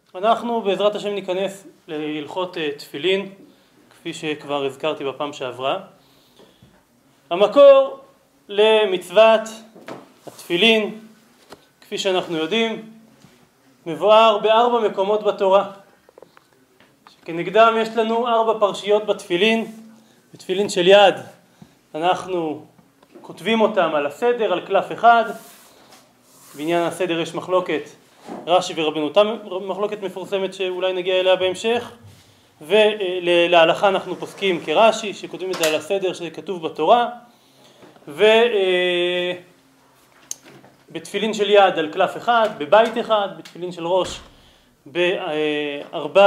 אנחנו בעזרת השם ניכנס להלכות תפילין, כפי שכבר הזכרתי בפעם שעברה. המקור למצוות התפילין, כפי שאנחנו יודעים, מבואר בארבע מקומות בתורה. כנגדם יש לנו 4 פרשיות בתפילין. בתפילין של יד אנחנו כותבים אותם על הסדר, על קלף אחד. בעניין הסדר יש מחלוקת רש"י ורבנו תם, מחלוקת מפורסמת שאולי נגיע אליה בהמשך, ולהלכה אנחנו פוסקים כרש"י שכותבים את זה על הסדר שכתוב בתורה, ובתפילין של יד על קלף אחד, בבית אחד, בתפילין של ראש ב4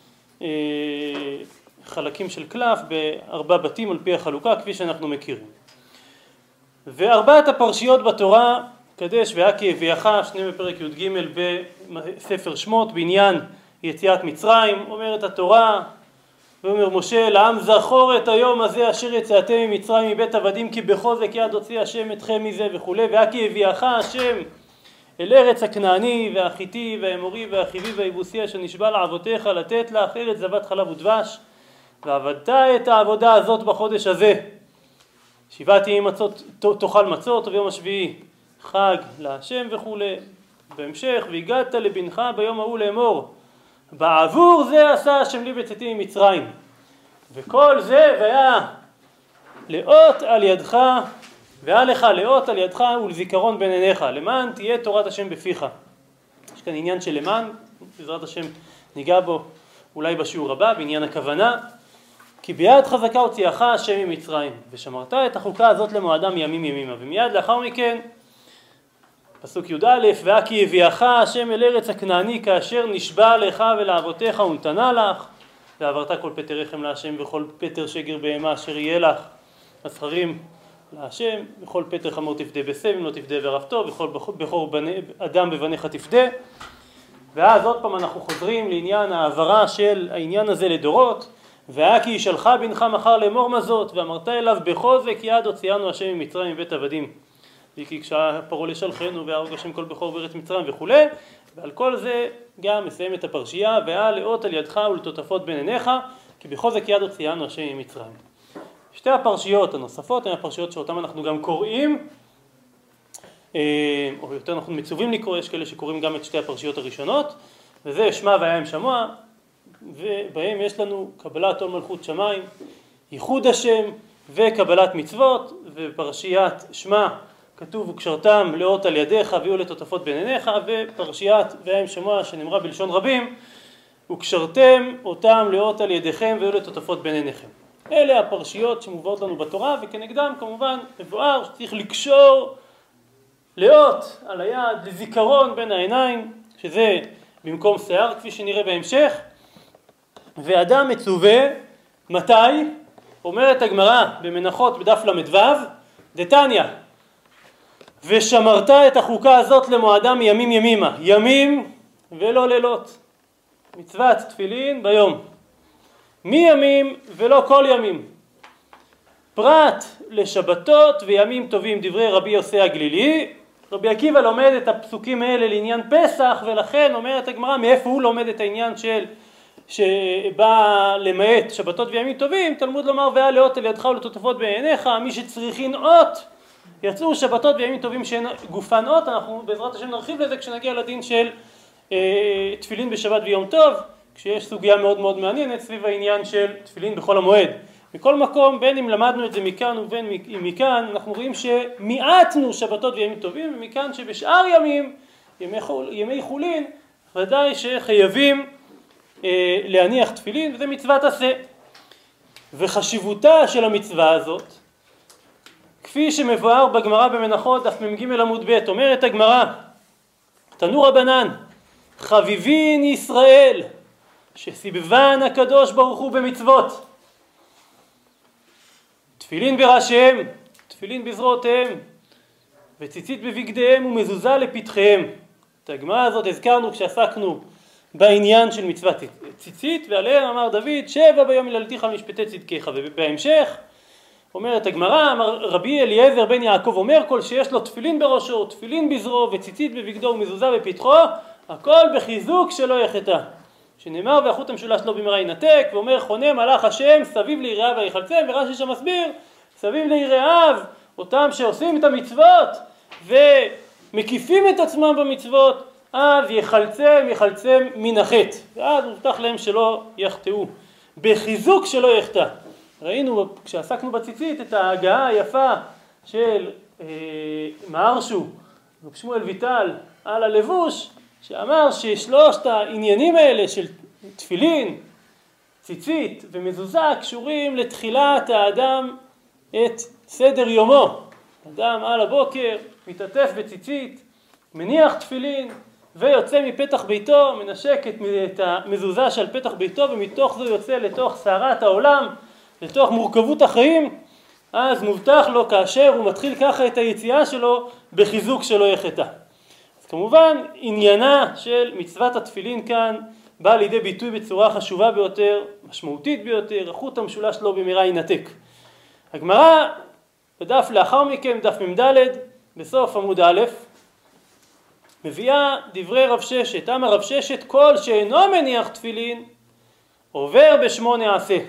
חלקים של קלף, ב4 בתים על פי החלוקה כפי שאנחנו מכירים. ו4 הפרשיות בתורה, קדש והקי הביאך, שניהם בפרק י"ג בספר שמות, בעניין יציאת מצרים. אומרת התורה, ואומר משה לעם, זכור את היום הזה אשר יצאתם ממצרים מבית עבדים, כי בחוזק יד הוציא השם אתכם מזה וכו'. והקי הביאך השם אל ארץ הכנעני והחיתי והאמורי והחיבי והיבוסי אשר נשבע לאבותיך לתת לך, ארץ זבת חלב ודבש, ועבדת את העבודה הזאת בחודש הזה. 7 מצות תאכל מצות, וביום השביעי חג להשם וכו'. בהמשך, והגעת לבנך ביום ההוא לאמור, בעבור זה עשה השם לי בצאתי ממצרים. וכל זה והיה לאות על ידך, והיה לך לאות על ידך ולזיכרון בין עיניך, למען תהיה תורת השם בפיך. יש כאן עניין של למען, בעזרת השם ניגע בו אולי בשיעור הבא, בעניין הכוונה. כי ביד חזקה הוציאך השם ממצרים, ושמרת את החוקה הזאת למועדה מימים ימימה. ומיד לאחר מכן, פסוק י"א, והקי הביאך השם אל ארץ הכנעני כאשר נשבע לך ולאבותיך ונתנה לך, ועברת כל פטר רחם להשם וכל פטר שגר בהמה אשר יהיה לך הזכרים להשם, וכל פטר חמור תפדה בסבם לא תפדה בערפתו, וכל בכור אדם בבניך תפדה. ואז עוד פעם אנחנו חוזרים לעניין העברה של העניין הזה לדורות. והקי ישלך בנך מחר לאמור מזאת, ואמרת אליו בחוזק יד הוציאנו השם ממצרים מבית עבדים, וכי כשהיה פרעה לשלחנו והרוג השם כל בכור בארץ מצרים וכו'. ועל כל זה גם מסיים את הפרשייה, והיה לאות על ידך ולטוטפות בין עיניך, כי בחוזק יד הוציאנו השם ממצרים. שתי הפרשיות הנוספות הן הפרשיות שאותן אנחנו גם קוראים, או יותר אנחנו מצווים לקרוא, יש כאלה שקוראים גם את שתי הפרשיות הראשונות, וזה שמע והיה עם שמוע, ובהם יש לנו קבלת עול מלכות שמיים, ייחוד השם וקבלת מצוות. ובפרשיית שמע כתוב וקשרתם לאות על ידיך ויהיו לטוטפות בין עיניך, ופרשיית והיה עם שמוע שנאמרה בלשון רבים, וקשרתם אותם לאות על ידיכם ויהיו לטוטפות בין עיניכם. אלה הפרשיות שמובאות לנו בתורה, וכנגדם כמובן מבואר שצריך לקשור לאות על היד לזיכרון בין העיניים, שזה במקום שיער כפי שנראה בהמשך. ואדם מצווה מתי? אומרת הגמרא במנחות בדף ל"ו, דתניא, ושמרת את החוקה הזאת למועדה מימים ימימה, ימים ולא לילות. מצוות תפילין ביום, מימים ולא כל ימים, פרט לשבתות וימים טובים. דברי רבי יוסי הגלילי. רבי עקיבא לומד את הפסוקים האלה לעניין פסח, ולכן אומרת הגמרא מאיפה הוא לומד את העניין של שבא למעט שבתות וימים טובים. תלמוד לומר והיה לאות על ידך ולטוטפות בין עיניך, מי שצריכין אות יצאו שבתות וימים טובים שאין גופן אות. אנחנו בעזרת השם נרחיב לזה כשנגיע לדין של תפילין בשבת ויום טוב, כשיש סוגיה מאוד מאוד מעניינת סביב העניין של תפילין בחול המועד. מכל מקום, בין אם למדנו את זה מכאן ובין מכאן, אנחנו רואים שמיעטנו שבתות וימים טובים, ומכאן שבשאר ימים, ימי חולין, ודאי שחייבים להניח תפילין, וזה מצוות עשה. וחשיבותה של המצווה הזאת, כפי שמבואר בגמרא במנחות דף מ"ג עמוד ב', אומרת הגמרא, תנו רבנן, חביבין ישראל שסיבבן הקדוש ברוך הוא במצוות, תפילין בראשיהם, תפילין בזרועותיהם, וציצית בבגדיהם ומזוזה לפתחיהם. את הגמרא הזאת הזכרנו כשעסקנו בעניין של מצוות ציצית, ועליהם אמר דוד 7 ביום הללתיך על משפטי צדקיך. ובהמשך אומרת הגמרא, אמר רבי אליעזר בן יעקב אומר, כל שיש לו תפילין בראשו, תפילין בזרועו וציצית בבגדו ומזוזה בפתחו, הכל בחיזוק שלא יחטא. שנאמר והחוט המשולש לא במהרה ינתק, ואומר חונה מלאך השם סביב ליראיו ויחלצם, ורש"י שם מסביר סביב ליראיו, אותם שעושים את המצוות ומקיפים את עצמם במצוות, אז יחלצם מן החטא, ואז מובטח להם שלא יחטאו, בחיזוק שלא יחטא. ראינו כשעסקנו בציצית את ההגעה היפה של מהרש"ו, רב שמואל ויטל, על הלבוש, שאמר ששלושת העניינים האלה של תפילין, ציצית ומזוזה קשורים לתחילת האדם את סדר יומו. אדם על הבוקר מתעטף בציצית, מניח תפילין ויוצא מפתח ביתו, מנשק את המזוזה של פתח ביתו, ומתוך זה יוצא לתוך סערת העולם, לתוך מורכבות החיים. אז מובטח לו כאשר הוא מתחיל ככה את היציאה שלו בחיזוק שלא יחטא. אז כמובן עניינה של מצוות התפילין כאן בא לידי ביטוי בצורה חשובה ביותר, משמעותית ביותר, החוט המשולש לא במהרה ינתק. הגמרא בדף לאחר מכן, דף מ"ד, בסוף עמוד א', מביאה דברי רב ששת. אמר רב ששת, כל שאינו מניח תפילין עובר בשמונה עשה.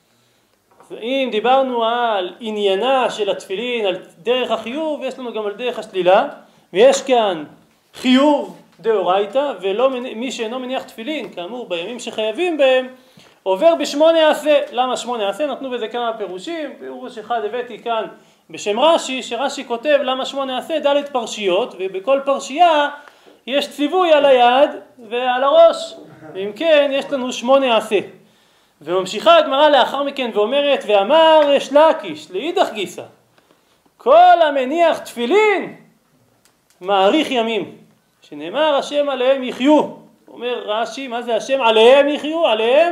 אם דיברנו על עניינה של התפילין, על דרך החיוב, יש לנו גם על דרך השלילה, ויש כאן חיוב דאורייתא, ולא מי שאינו מניח תפילין, כאמור בימים שחייבים בהם, עובר בשמונה עשה. למה שמונה עשה? נתנו בזה כמה פירושים. פירוש אחד הבאתי כאן בשם רש"י, שרש"י כותב למה שמונה עשה, ד' פרשיות, ובכל פרשייה יש ציווי על היד ועל הראש, ואם כן יש לנו שמונה עשה. וממשיכה הגמרא לאחר מכן ואומרת, ואמר ריש לקיש לאידך גיסא, כל המניח תפילין מאריך ימים, שנאמר השם עליהם יחיו. אומר רש"י, מה זה השם עליהם יחיו? עליהם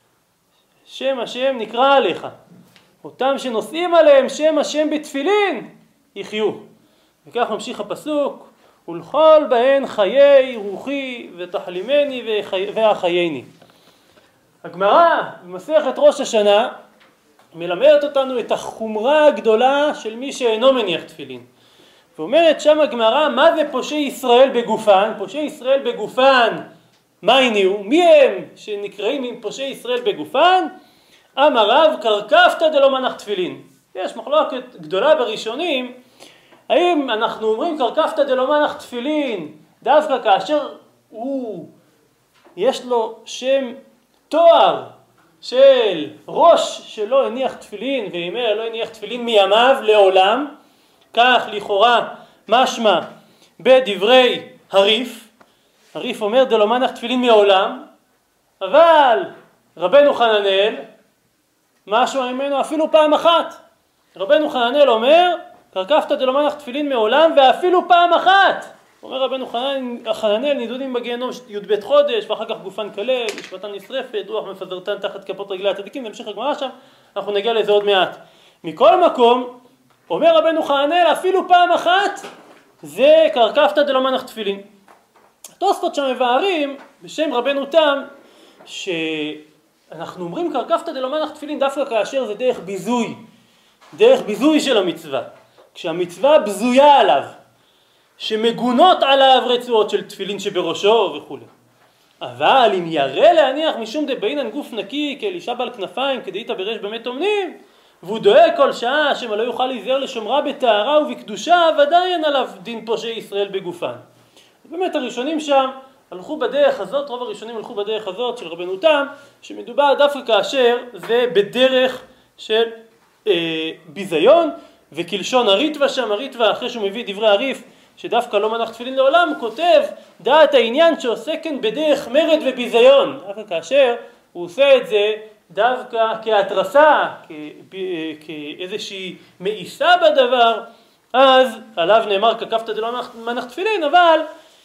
שם השם נקרא עליך, אותם שנושאים עליהם שם השם בתפילין יחיו. וכך ממשיך הפסוק, ולכל בהן חיי רוחי ותחלימני ואחייני. הגמרא במסכת ראש השנה מלמדת אותנו את החומרה הגדולה של מי שאינו מניח תפילין. ואומרת שם הגמרא, מה זה פושעי ישראל בגופן? פושעי ישראל בגופן, מה הניעו? מי הם שנקראים עם פושעי ישראל בגופן? אמר רב, קרקפתא דלא מנח תפילין. יש מחלוקת גדולה בראשונים, האם אנחנו אומרים קרקפתא דלא מנח תפילין דווקא כאשר יש לו שם תואר של ראש שלא הניח תפילין, ואימר לא הניח תפילין מימיו לעולם, כך לכאורה משמע בדברי הריף. הריף אומר דלא מנח תפילין מעולם, אבל רבנו חננאל משמע ממנו אפילו פעם אחת. רבנו חננאל אומר קרקפתא דלא מנח תפילין מעולם ואפילו פעם אחת. אומר רבנו חננאל, נידונים בגיהנום י"ב חודש, ואחר כך גופן כלה, נשמתן נשרפת, רוח מפזרתן תחת כפות רגלי הצדיקים, נמשיך הגמרא שם, אנחנו נגיע לזה עוד מעט. מכל מקום, אומר רבנו חננאל, אפילו פעם אחת, זה קרקפתא דלא מנח תפילין. התוספות שם מבארים בשם רבנו תם, שאנחנו אומרים קרקפתא דלא מנח תפילין דווקא כאשר זה דרך ביזוי של המצווה. כשהמצווה בזויה עליו, שמגונות עליו רצועות של תפילין שבראשו וכו'. אבל אם ירא להניח משום דבעינן גוף נקי כאלישע בעל כנפיים כדאיתא בריש באמת אומנים, והוא דואג כל שעה שמא לא יוכל להיזהר לשומרה בטהרה ובקדושה, ודאי אין עליו דין פושעי ישראל בגופן. באמת הראשונים שם הלכו בדרך הזאת, רוב הראשונים הלכו בדרך הזאת של רבנו תם, שמדובר דווקא כאשר זה בדרך של ביזיון, וכלשון הריטב"א שם, הריטב"א אחרי שהוא מביא דברי הריף שדווקא לא מנח תפילין לעולם, הוא כותב דעת העניין שעושה כאן בדרך מרד וביזיון, דווקא כאשר הוא עושה את זה דווקא כהתרסה, כאיזושהי מאיסה בדבר, אז עליו נאמר קרקפתא דלא מנח תפילין, אבל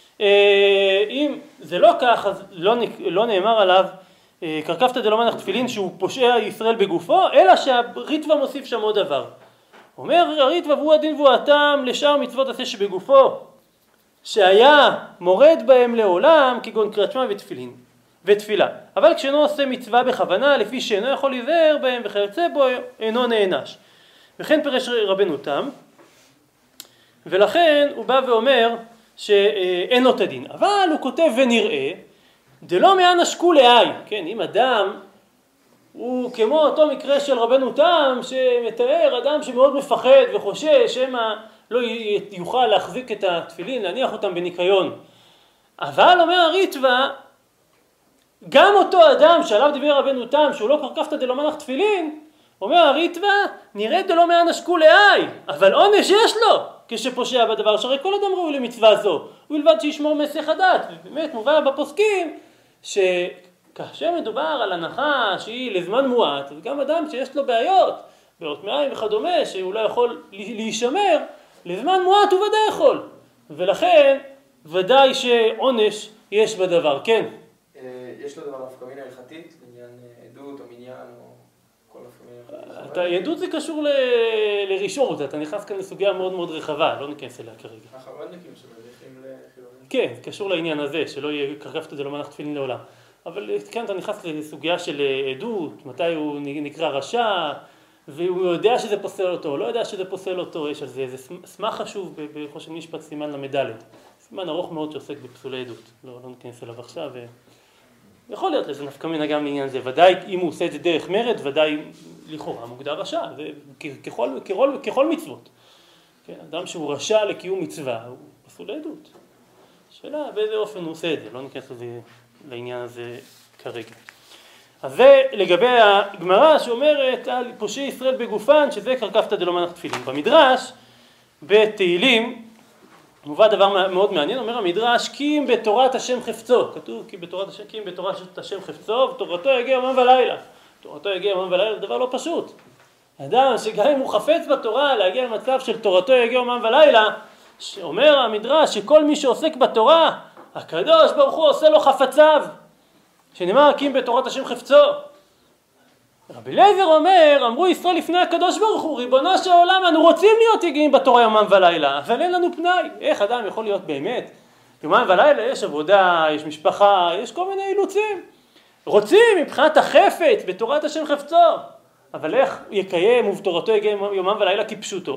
אם זה לא כך, אז לא נאמר עליו קרקפתא דלא מנח תפילין שהוא פושע ישראל בגופו, אלא שהריטב"א מוסיף שם עוד דבר. אומר הריטב"א, והוא הדין והוא הטעם לשאר מצוות עשה שבגופו, שהיה מורד בהם לעולם, כגון קריאת שמע ותפילה. אבל כשאינו עושה מצווה בכוונה, לפי שאינו יכול להיזהר בהם וכיוצא בו, אינו נענש. וכן פירש רבנו תם, ולכן הוא בא ואומר שאין לו את הדין. אבל הוא כותב ונראה, דלא מאן שקול לאי, כן, אם אדם הוא כמו אותו מקרה של רבנו תם, שמתאר אדם שמאוד מפחד וחושש שמא לא יוכל להחזיק את התפילין, להניח אותם בניקיון. אבל אומר הריטב"א, גם אותו אדם שעליו דיבר רבנו תם, שהוא לא קרקפתא דלא מנח תפילין, אומר הריטב"א, נראה דלא מאן שקול לאי, אבל עונש יש לו כשפושע בדבר, שהרי כל אדם ראוי למצווה זו, ובלבד שישמור מסך הדת. ובאמת מובא בפוסקים שכאשר מדובר על הנחה שהיא לזמן מועט, אז גם אדם שיש לו בעיות, בעיות מעיים וכדומה, שהוא לא יכול להישמר, לזמן מועט הוא ודאי יכול. ולכן ודאי שעונש יש בדבר, כן. יש לו דבר נפקא מינה הלכתית, לעניין עדות או מניין או כל נפקא מינה? עדות זה קשור לראשון, אתה נכנס כאן לסוגיה מאוד מאוד רחבה, לא ניכנס אליה כרגע. החב"דניקים שמניחים לחילונים. כן, קשור לעניין הזה, שלא יהיה קרקפתא דלא מנח תפילין לעולם. אבל כאן אתה נכנס לסוגיה של עדות, מתי הוא נקרא רשע, והוא יודע שזה פוסל אותו, לא יודע שזה פוסל אותו, יש על זה איזה סמך חשוב בחושן משפט סימן למד', סימן ארוך מאוד שעוסק בפסולי עדות, לא ניכנס אליו עכשיו. יכול להיות לזה נפקא מינה גם לעניין זה, ודאי אם הוא עושה את זה דרך מרד, ודאי לכאורה מוגדר רשע, זה ככל מצוות. כן, אדם שהוא רשע לקיום מצווה, הוא פסול לעדות. שאלה באיזה אופן הוא עושה את זה, לא ניכנס לעניין הזה כרגע. אז זה לגבי הגמרא שאומרת על פושעי ישראל בגופן, שזה קרקפתא דלא מנח תפילין. במדרש, בתהילים, מובא דבר מאוד מעניין, אומר המדרש, כי אם בתורת השם חפצו, כתוב כי אם בתורת השם חפצו, ותורתו יגיע יומם ולילה. תורתו יגיע יומם ולילה, זה דבר לא פשוט. אדם שגם אם הוא חפץ בתורה להגיע למצב של תורתו יגיע יומם ולילה, שאומר המדרש שכל מי שעוסק בתורה, הקדוש ברוך הוא עושה לו חפציו, שנאמר כי אם בתורת השם חפצו. רבי אליעזר אומר, אמרו ישראל לפני הקדוש ברוך הוא, ריבונו של עולם, אנו רוצים להיות יגעים בתורה יומם ולילה, אבל אין לנו פנאי. איך אדם יכול להיות באמת? יומם ולילה יש עבודה, יש משפחה, יש כל מיני אילוצים. רוצים מבחינת החפץ בתורת השם חפצו, אבל איך יקיים ובתורתו יגיע יומם ולילה כפשוטו?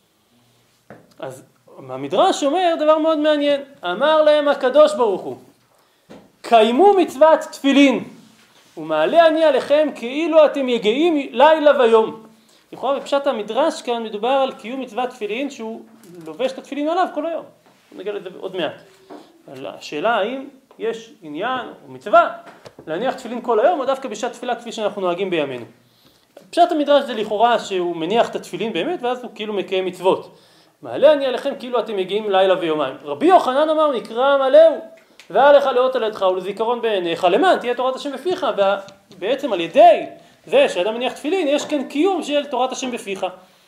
אז המדרש אומר דבר מאוד מעניין, אמר להם הקדוש ברוך הוא, קיימו מצוות תפילין, ומעלה אני עליכם כאילו אתם יגעים לילה ויום. לכאורה בפשט המדרש כאן מדובר על קיום מצוות תפילין שהוא לובש את התפילין עליו כל היום. נגיע לזה עוד מעט. אבל השאלה האם יש עניין או מצווה להניח תפילין כל היום או דווקא בשעת תפילה כפי שאנחנו נוהגים בימינו. פשט המדרש זה לכאורה שהוא מניח את התפילין באמת ואז הוא כאילו מקיים מצוות. מעלה אני עליכם כאילו אתם מגיעים לילה ויומיים. רבי יוחנן אמר נקרא מלאו ועליך לאות על ידך ולזיכרון בעיניך למען תהיה תורת השם בפיך. ובעצם על ידי זה שאדם מניח תפילין יש כאן קיום של תורת השם בפיך.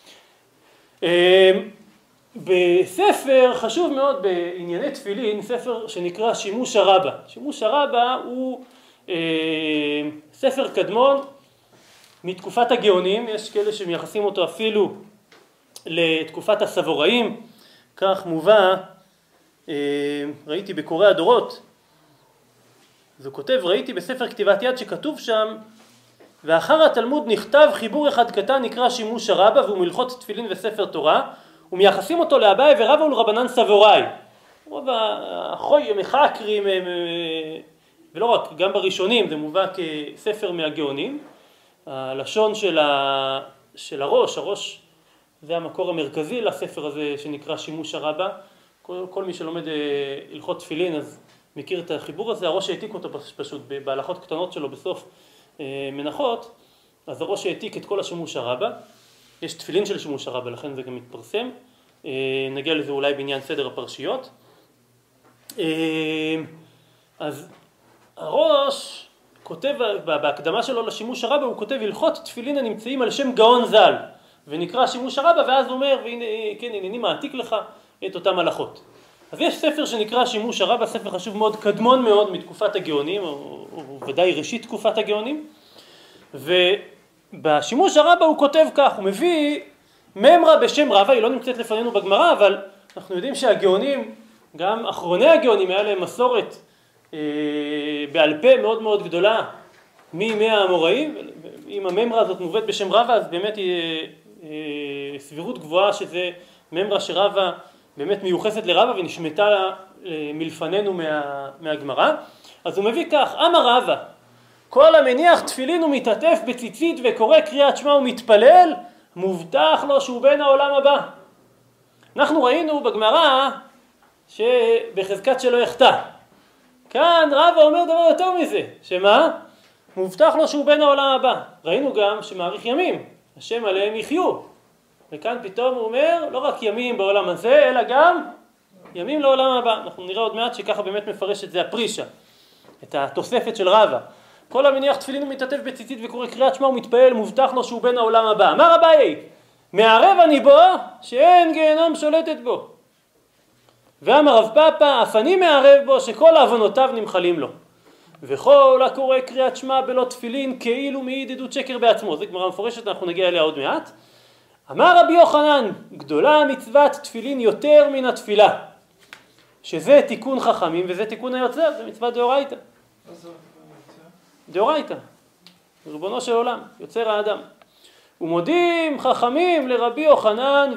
בספר חשוב מאוד בענייני תפילין, ספר שנקרא שימוש הרבה. שימוש הרבה הוא ספר קדמון מתקופת הגאונים, יש כאלה שמייחסים אותו אפילו לתקופת הסבוראים, כך מובא, ראיתי בקוראי הדורות, זה כותב, ראיתי בספר כתיבת יד שכתוב שם, ואחר התלמוד נכתב חיבור אחד קטן נקרא שימוש הרבה והוא מלכות תפילין וספר תורה, ומייחסים אותו לאביי ורבא ולרבנן סבוראי. רוב המחקרים, ולא רק, גם בראשונים זה מובא כספר מהגאונים, הלשון של הראש זה המקור המרכזי לספר הזה שנקרא שימוש הרבה. כל מי שלומד הלכות תפילין אז מכיר את החיבור הזה, הראש העתיק אותו פשוט בהלכות קטנות שלו בסוף מנחות, אז הראש העתיק את כל השימוש הרבה, יש תפילין של שימוש הרבה לכן זה גם מתפרסם, נגיע לזה אולי בעניין סדר הפרשיות. אז הראש כותב בהקדמה שלו לשימוש הרבה, הוא כותב הלכות תפילין הנמצאים על שם גאון ז"ל, ונקרא שימוש הרבה, ואז הוא אומר, והנה, כן, הנני מעתיק לך את אותם הלכות. אז יש ספר שנקרא שימוש הרבה, ספר חשוב מאוד, קדמון מאוד מתקופת הגאונים, או ודאי ראשית תקופת הגאונים, ובשימוש הרבה הוא כותב כך, הוא מביא ממרה בשם רבא, היא לא נמצאת לפנינו בגמרא, אבל אנחנו יודעים שהגאונים, גם אחרוני הגאונים, היה להם מסורת בעל פה מאוד מאוד גדולה, מימי האמוראים, אם הממרה הזאת מובאת בשם רבא, אז באמת היא סבירות גבוהה שזה ממרה שרבא באמת מיוחסת לרבא ונשמטה מלפנינו מהגמרא. אז הוא מביא כך, אמר רבא, כל המניח תפילין ומתעטף בציצית וקורא קריאת שמע ומתפלל, מובטח לו שהוא בן העולם הבא. אנחנו ראינו בגמרא שבחזקת שלא יחטא. כאן רבא אומר דבר יותר מזה, שמה? מובטח לו שהוא בן העולם הבא. ראינו גם שמאריך ימים, השם עליהם יחיו. וכאן פתאום הוא אומר, לא רק ימים בעולם הזה, אלא גם ימים לעולם הבא. אנחנו נראה עוד מעט שככה באמת מפרש את זה הפרישה, את התוספת של רבא. כל המניח תפילין ומתעטף בציצית וקורא קריאת שמע ומתפלל, מובטח לו שהוא בן העולם הבא. אמר אביי, מערב אני בו שאין גיהנום שולטת בו. ואמר רב פאפא, אף אני מערב בו שכל עוונותיו נמחלים לו. וכל הקורא קריאת שמע בלא תפילין כאילו מעיד עדות שקר בעצמו. זה גמרא מפורשת, אנחנו נגיע אליה עוד מעט. אמר רבי יוחנן, גדולה מצוות תפילין יותר מן התפילה. שזה תיקון חכמים וזה תיקון היוצר, זה מצוות דאורייתא. דאורייתא, ריבונו של עולם, יוצר האדם. ומודים חכמים לרבי יוחנן,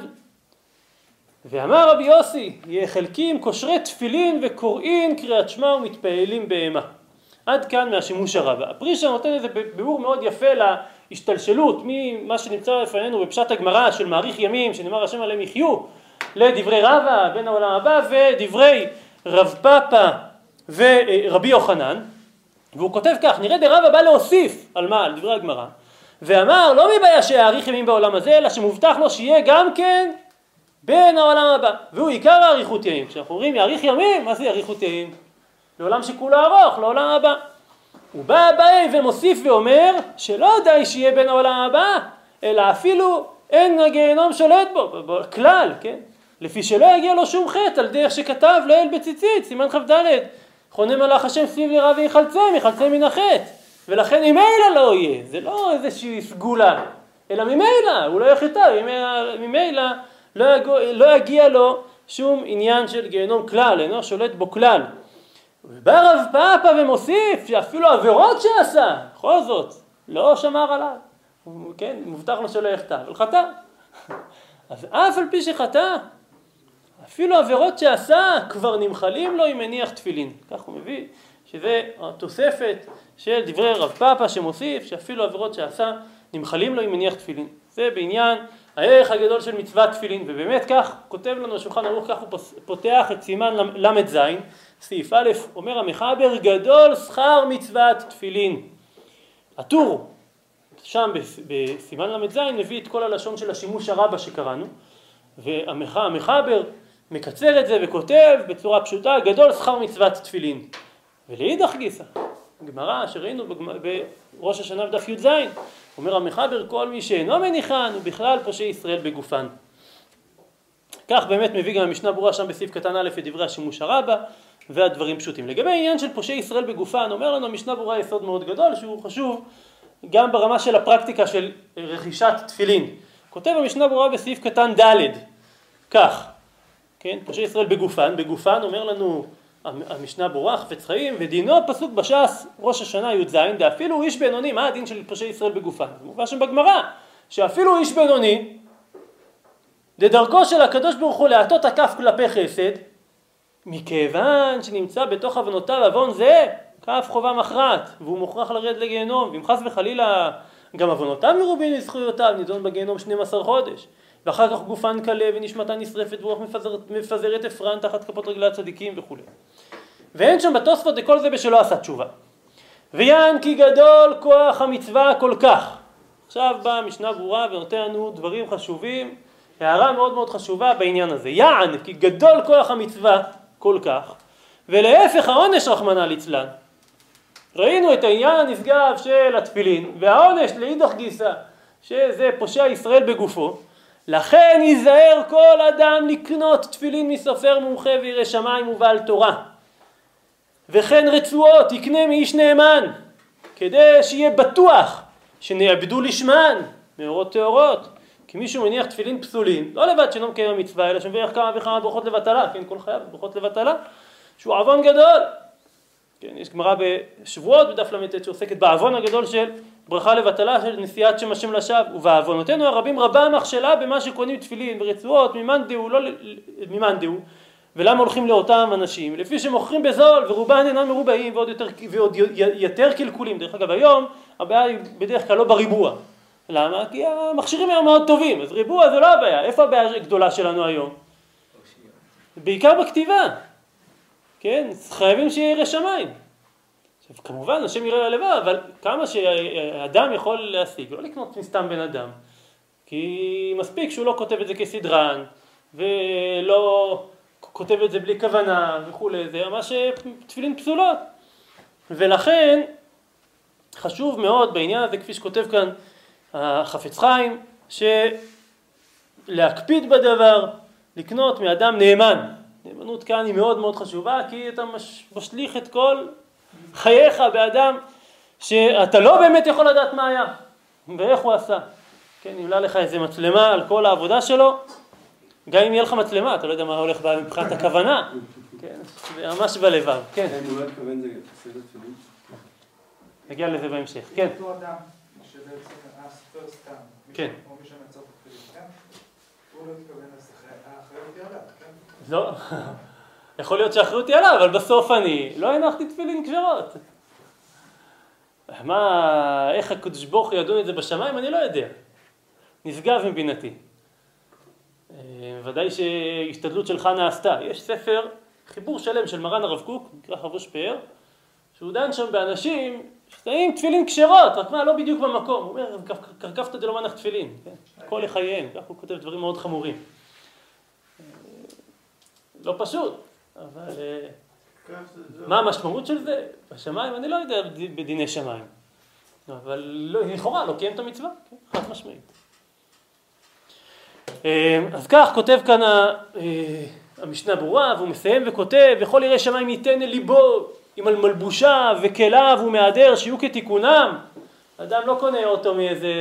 ואמר רבי יוסי, יהיה חלקים קושרי תפילין וקוראים קריאת שמע ומתפעלים בהמה. עד כאן מהשימוש הרבה. הפרישה נותן איזה ביאור מאוד יפה להשתלשלות ממה שנמצא לפנינו בפשט הגמרא של מאריך ימים, שנאמר השם עליהם יחיו, לדברי רבא בן העולם הבא ודברי רב פאפא ורבי יוחנן. והוא כותב כך, נראה דרבא בא להוסיף על מה? על דברי הגמרא. ואמר, לא מבעיה שיאריך ימים בעולם הזה, אלא שמובטח לו שיהיה גם כן בן העולם הבא. והוא עיקר האריכות ימים. כשאנחנו אומרים יאריך ימים, מה זה יאריכות ימים? לעולם שכולו ארוך, לעולם הבא. הוא בא ומוסיף ואומר שלא די שיהיה בן העולם הבא, אלא אפילו אין הגיהנום שולט בו, כלל, כן? לפי שלא יגיע לו שום חטא על דרך שכתב לאל בציצית, סימן כ"ד. חונה מלאך השם סביב יראה ויחלצם מן החטא. ולכן ממילא לא יהיה, זה לא איזושהי סגולה, אלא ממילא, הוא לא יחטא, ממילא לא יגיע לו שום עניין של גיהנום כלל, אינו שולט בו כלל. ובא רב פאפא ומוסיף שאפילו עבירות שעשה, בכל זאת, לא שמר עליו, כן, מובטח לו שלא יחטא, אבל חטא. אז אף על פי שחטא, אפילו עבירות שעשה כבר נמחלים לו אם מניח תפילין. כך הוא מביא, שזה התוספת של דברי רב פאפא שמוסיף שאפילו עבירות שעשה נמחלים לו אם מניח תפילין. זה בעניין הערך הגדול של מצוות תפילין, ובאמת כך כותב לנו השולחן ערוך, כך הוא פותח את סימן ל"ז, סעיף א', אומר המחבר, גדול שכר מצוות תפילין. הטור, שם בסימן ל"ז מביא את כל הלשון של השימוש הרבה שקראנו, והמחבר מקצר את זה וכותב בצורה פשוטה, גדול שכר מצוות תפילין. ולאידך גיסא, גמרא שראינו בראש השנה בדף י"ז, אומר המחבר, כל מי שאינו מניחן הוא בכלל פושעי ישראל בגופן. כך באמת מביא גם המשנה ברורה שם בסעיף קטן א' את דברי השימוש הרבה והדברים פשוטים. לגבי העניין של פושעי ישראל בגופן, אומר לנו המשנה ברורה יסוד מאוד גדול שהוא חשוב גם ברמה של הפרקטיקה של רכישת תפילין. כותב המשנה ברורה בסעיף קטן ד' כך, כן, פושעי ישראל בגופן אומר לנו המשנה ברורה חפץ חיים, ודינו פסוק בש"ס ראש השנה י"ז, דאפילו איש בינוני, מה הדין של פושעי ישראל בגופן? זה מובא שם בגמרא, שאפילו איש בינוני, דדרכו של הקדוש ברוך הוא להטות הכף כלפי חסד, מכיוון שנמצא בתוך עוונותיו עוון זה, כף חובה מכרעת, והוא מוכרח לרד לגיהנום, ואם חס וחלילה גם עוונותיו מרובים מזכויותיו, נידון בגיהנום 12 חודש. ואחר כך גופן קלה ונשמתה נשרפת ורוח מפזרת אפרן תחת כפות רגלי הצדיקים וכו'. ואין שם בתוספות דכל זה בשלא עשה תשובה. ויען כי גדול כוח המצווה כל כך. עכשיו באה משנה ברורה ונותן לנו דברים חשובים, הערה מאוד מאוד חשובה בעניין הזה. יען כי גדול כוח המצווה כל כך, ולהפך העונש רחמנא ליצלן. ראינו את העניין הנשגב של התפילין, והעונש לאידך גיסא, שזה פושע ישראל בגופו, לכן ייזהר כל אדם לקנות תפילין מסופר מומחה וירא שמיים ובעל תורה. וכן רצועות יקנה מאיש נאמן, כדי שיהיה בטוח שנעבדו לשמן מאורות טהורות. כי מישהו מניח תפילין פסולים, לא לבד שאינו מקיים המצווה, אלא שמביא כמה וכמה ברכות לבטלה, כן, כל חייו ברכות לבטלה, שהוא עוון גדול. כן, יש גמרא בשבועות בדף ל"ט שעוסקת בעוון הגדול של ברכה לבטלה של נשיאת שם השם לשווא, ובעוונותינו הרבים רבה המכשלה במה שקונים תפילין ורצועות ממאן דהו, ולמה הולכים לאותם אנשים? לפי שמוכרים בזול ורובן אינם מרובעים ועוד יותר קלקולים. דרך אגב היום הבעיה היא בדרך כלל לא בריבוע. למה? כי המכשירים היום מאוד טובים, אז ריבוע זה לא הבעיה. איפה הבעיה הגדולה שלנו היום? בעיקר בכתיבה. כן, חייבים שיהיה ירא שמיים. עכשיו, כמובן, השם יראה ללבב, אבל כמה שאדם יכול להשיג, לא לקנות מסתם בן אדם. כי מספיק שהוא לא כותב את זה כסדרן, ולא כותב את זה בלי כוונה וכו', זה ממש תפילין פסולות. ולכן, חשוב מאוד בעניין הזה, כפי שכותב כאן החפץ חיים, שלהקפיד בדבר, לקנות מאדם נאמן. נאמנות כאן היא מאוד מאוד חשובה, כי אתה משליך את כל חייך באדם שאתה לא באמת יכול לדעת מה היה ואיך הוא עשה. כן, נמלה לך איזה מצלמה על כל העבודה שלו, גם אם יהיה לך מצלמה, אתה לא יודע מה הולך מבחינת הכוונה. כן, זה ממש בלבב. כן. הוא לא התכוון, זה סדר תפילין? נגיע לזה בהמשך. כן. אותו אדם שבעצם הסופר סתם, כן. או מי שמייצר תפילין, כן? הוא לא התכוון האחריות היא עליו, כן? לא, יכול להיות שהאחריות היא עליו, אבל בסוף אני לא הנחתי תפילין כשרות. איך הקדוש ברוך הוא ידון את זה בשמיים, אני לא יודע. נשגב מבינתי. ודאי שהשתדלות שלך נעשתה. יש ספר, חיבור שלם של מרן הרב קוק, נקרא חבוש פאר, שהוא דן שם באנשים שתאים תפילין כשרות, רק מה, לא בדיוק במקום. הוא אומר, קרקפת דלא מנח תפילין, כל לחייהם, כך הוא כותב דברים מאוד חמורים. לא פשוט, אבל מה המשמעות של זה? בשמיים, אני לא יודע בדיני שמיים. אבל לכאורה לא קיים את המצווה, חד משמעית. אז כך כותב כאן המשנה ברורה, והוא מסיים וכותב, וכל ירא שמיים ייתן אל ליבו עם מלבושה וכליו ומהדר שיהיו כתיקונם. אדם לא קונה אותו מאיזה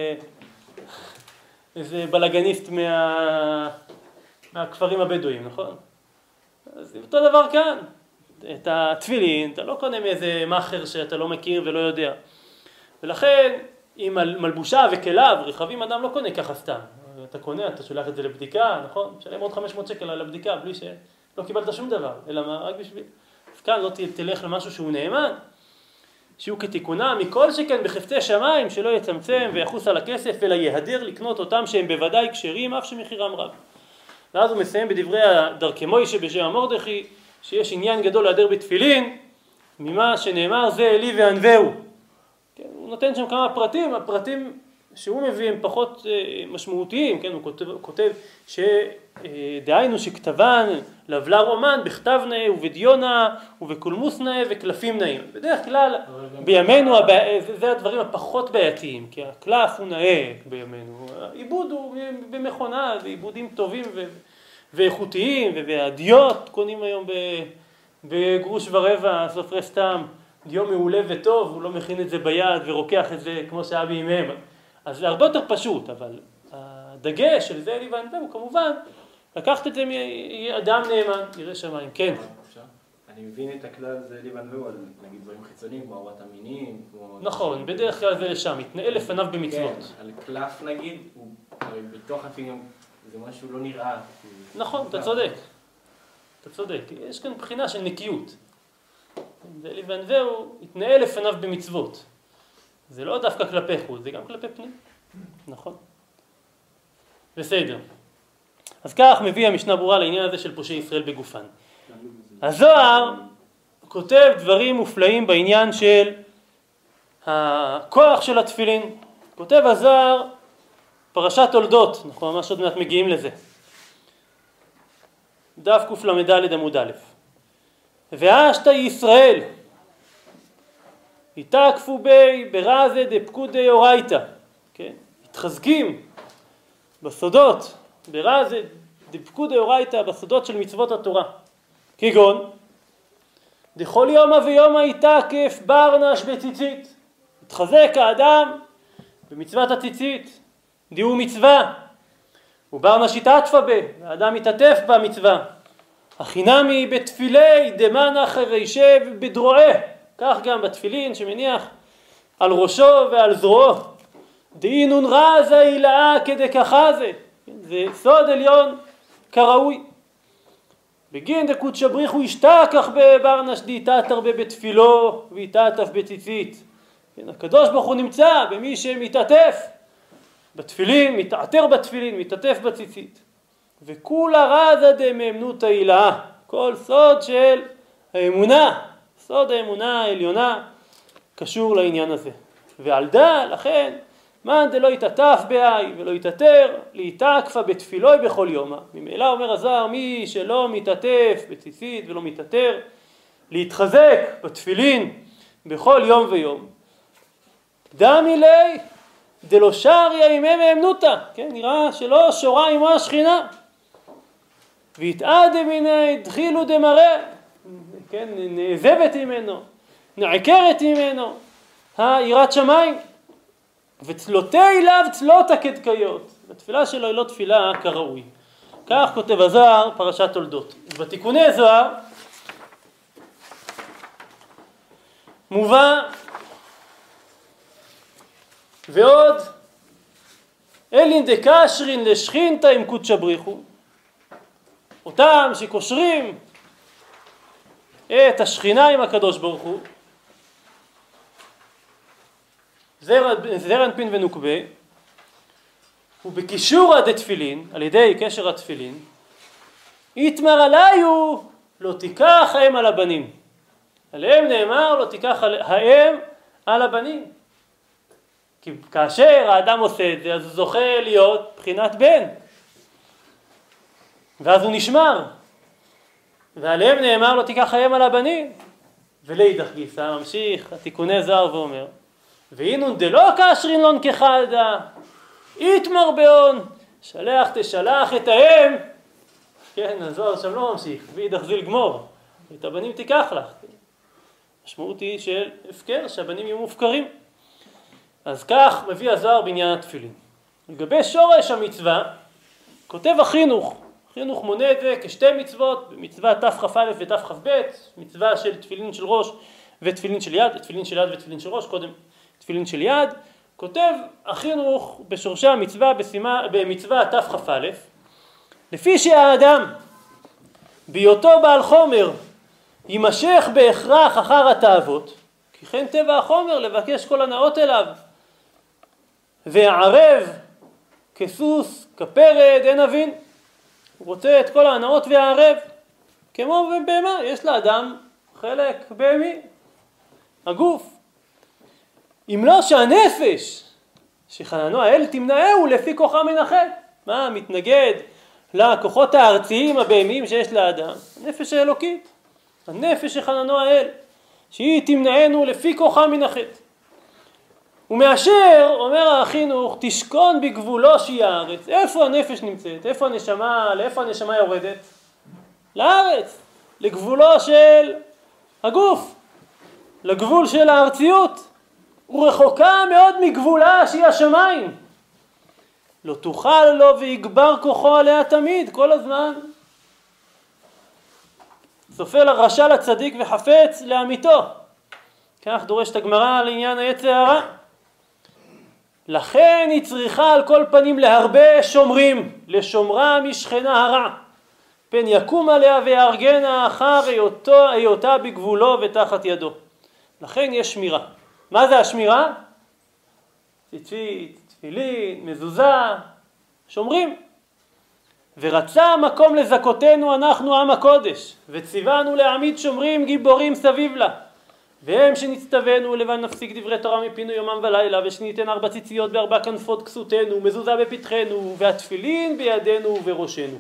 בלגניסט מהכפרים הבדואים, נכון? אז אותו דבר כאן, את התפילין, אתה לא קונה מאיזה מאחר שאתה לא מכיר ולא יודע. ולכן, עם מלבושה וכליו, רכבים אדם לא קונה ככה סתם. אתה קונה, אתה שולח את זה לבדיקה, נכון? משלם עוד 500 שקל על הבדיקה, בלי שלא קיבלת שום דבר. אלא מה? רק בשביל... אז כאן לא תלך למשהו שהוא נאמן, שיהיו כתיקונם, מכל שכן בחפצי שמיים, שלא יצמצם ויחוס על הכסף, אלא יהדר לקנות אותם שהם בוודאי כשרים, אף שמחירם רב. ואז הוא מסיים בדברי דרכי מוישה בשם מרדכי, שיש עניין גדול להדר בתפילין, ממה שנאמר זה אלי וענווהו. כן, הוא נותן שם כמה פרטים, הפרטים שהוא מביא הם פחות משמעותיים, כן, הוא כותב שדהיינו שכתבן לבלה רומן בכתב נאה ובדיונה ובקולמוס נאה וקלפים נאים. בדרך כלל בימינו זה הדברים הפחות בעייתיים, כי הקלף הוא נאה בימינו. העיבוד הוא במכונה, זה עיבודים טובים ואיכותיים, והדיוט קונים היום בגרוש ורבע, סופרי סתם, דיו מעולה וטוב, הוא לא מכין את זה ביד ורוקח את זה כמו שהיה בימיהם. אז זה הרבה יותר פשוט, אבל הדגש של זה אלי וענווהו הוא כמובן לקחת את זה מאדם נאמן, ירא שמיים. כן. אני מבין את הכלל זה אלי וענווהו על נגיד דברים חיצוניים, כמו ארבעת המינים. נכון, בדרך כלל זה לשם, יתנהל לפניו במצוות. כן, על קלף נגיד, בתוך התפילין זה משהו לא נראה. נכון, אתה צודק. אתה צודק. יש כאן בחינה של נקיות. ואלי וענווהו יתנהל לפניו במצוות. זה לא דווקא כלפי חוץ, זה גם כלפי פנים. נכון. בסדר. אז כך מביא המשנה ברורה לעניין הזה של פושעי ישראל בגופן. הזוהר כותב דברים מופלאים בעניין של הכוח של התפילין. כותב הזוהר פרשת תולדות, אנחנו ממש עוד מעט מגיעים לזה. דף קל"ד עמוד א'. ואשת ישראל התעקפו בי ברזה דפקודי אורייתא, כן? התחזקים בסודות, ברזה דפקודי אורייתא, בסודות של מצוות התורה. כגון, דכל יומא ויומא יתעקף ברנש בציצית. התחזק האדם במצוות הציצית, דהוא מצווה. וברנש יתעטפה בה, האדם יתעטף במצווה. החינמי בתפילי דמנה חרישי בדרועה, כך גם בתפילין שמניח על ראשו ועל זרועו. דאינון רזה הילאה כדכחזה, זה סוד עליון כראוי. בגין דקודש בריחו ישתכח בברנש דאיתת הרבה בתפילו ואיתתף בציצית. הקדוש ברוך הוא נמצא במי שמתעטף בתפילין, מתעטר בתפילין, מתעטף בציצית. וכולה רזה דמאמנותא הילאה, כל סוד של האמונה, סוד האמונה העליונה קשור לעניין הזה. ועל דא לכן מאן דלא יתעטף בהאי ולא יתעטר להיתקפא בתפילוי בכל יומא. ממילא אומר הזוהר, מי שלא מתעטף בציצית ולא מתעטר להתחזק בתפילין בכל יום ויום, דמי ליה דלא שריה עימי מאמנותא, כן, נראה שלא שורה עמו השכינה. והתעדה מיניה דחילו דמראה, כן, נעזבת ממנו, נעקרת ממנו היראת שמיים. וצלותי אליו צלותה כדקיות, התפילה שלו היא לא תפילה כראוי. כך כותב הזוהר פרשת תולדות. בתיקוני זוהר מובא ועוד אלין דקשרין לשכינתא עם קודשא בריחו, אותם שקושרים את השכינה עם הקדוש ברוך הוא, זר אנפין ונוקבה, ובקישורא דתפילין, על ידי קשר התפילין, יתמר עליו לא תיקח האם על הבנים. עליהם נאמר לא תיקח האם על הבנים. כי כאשר האדם עושה את זה, אז הוא זוכה להיות בחינת בן. ואז הוא נשמר. ועליהם נאמר לא תיקח האם על הבנים. ולידך גיסא ממשיך התיקוני זוהר ואומר, ואינון דלא קשרין לון כחדה, יתמר באון, שלח תשלח את האם, כן, הזוהר שם לא ממשיך, ואידך זיל גמור, את הבנים תיקח לך. המשמעות היא של הפקר, שהבנים יהיו מופקרים. אז כך מביא הזוהר בעניין התפילין. לגבי שורש המצווה, כותב החינוך, החינוך מונה את זה כשתי מצוות, במצווה תכ"א ותכ"ב, מצווה של תפילין של ראש ותפילין של יד, תפילין של יד ותפילין של ראש, קודם תפילין של יד. כותב החינוך בשורשי המצווה במצווה תכ"א, לפי שהאדם בהיותו בעל חומר יימשך בהכרח אחר התאוות, כי כן טבע החומר לבקש כל הנאות אליו, והערב כסוס כפרד אין אבין, הוא רוצה את כל ההנאות והערב, כמו בבהמה, יש לאדם חלק בהמי, הגוף. אם לא שהנפש שחננו האל תמנעהו לפי כוחה מן החטא. מה מתנגד לכוחות הארציים הבהמיים שיש לאדם? הנפש האלוקית, הנפש שחננו האל, שהיא תמנענו לפי כוחה מן החטא. ומאשר, אומר החינוך, תשכון בגבולו שהיא הארץ. איפה הנפש נמצאת? איפה הנשמה? לאיפה הנשמה יורדת? לארץ, לגבולו של הגוף, לגבול של הארציות. ורחוקה מאוד מגבולה שהיא השמיים. לא תוכל לו ויגבר כוחו עליה תמיד, כל הזמן. צופה לרשע לצדיק וחפץ לאמיתו. כך דורשת הגמרא לעניין היצר הרע. לכן היא צריכה על כל פנים להרבה שומרים, לשומרה משכנה הרע. פן יקום עליה ויארגנה אחר היותה בגבולו ותחת ידו. לכן יש שמירה. מה זה השמירה? ציצית, תפילין, מזוזה, שומרים. ורצה מקום לזכותנו אנחנו עם הקודש, וציוונו להעמיד שומרים גיבורים סביב לה. והם שנצטווינו לבן נפסיק דברי תורה מפינו יומם ולילה, ושניתן 4 ציציות ב4 כנפות כסותנו, מזוזה בפתחנו, והתפילין בידינו ובראשנו.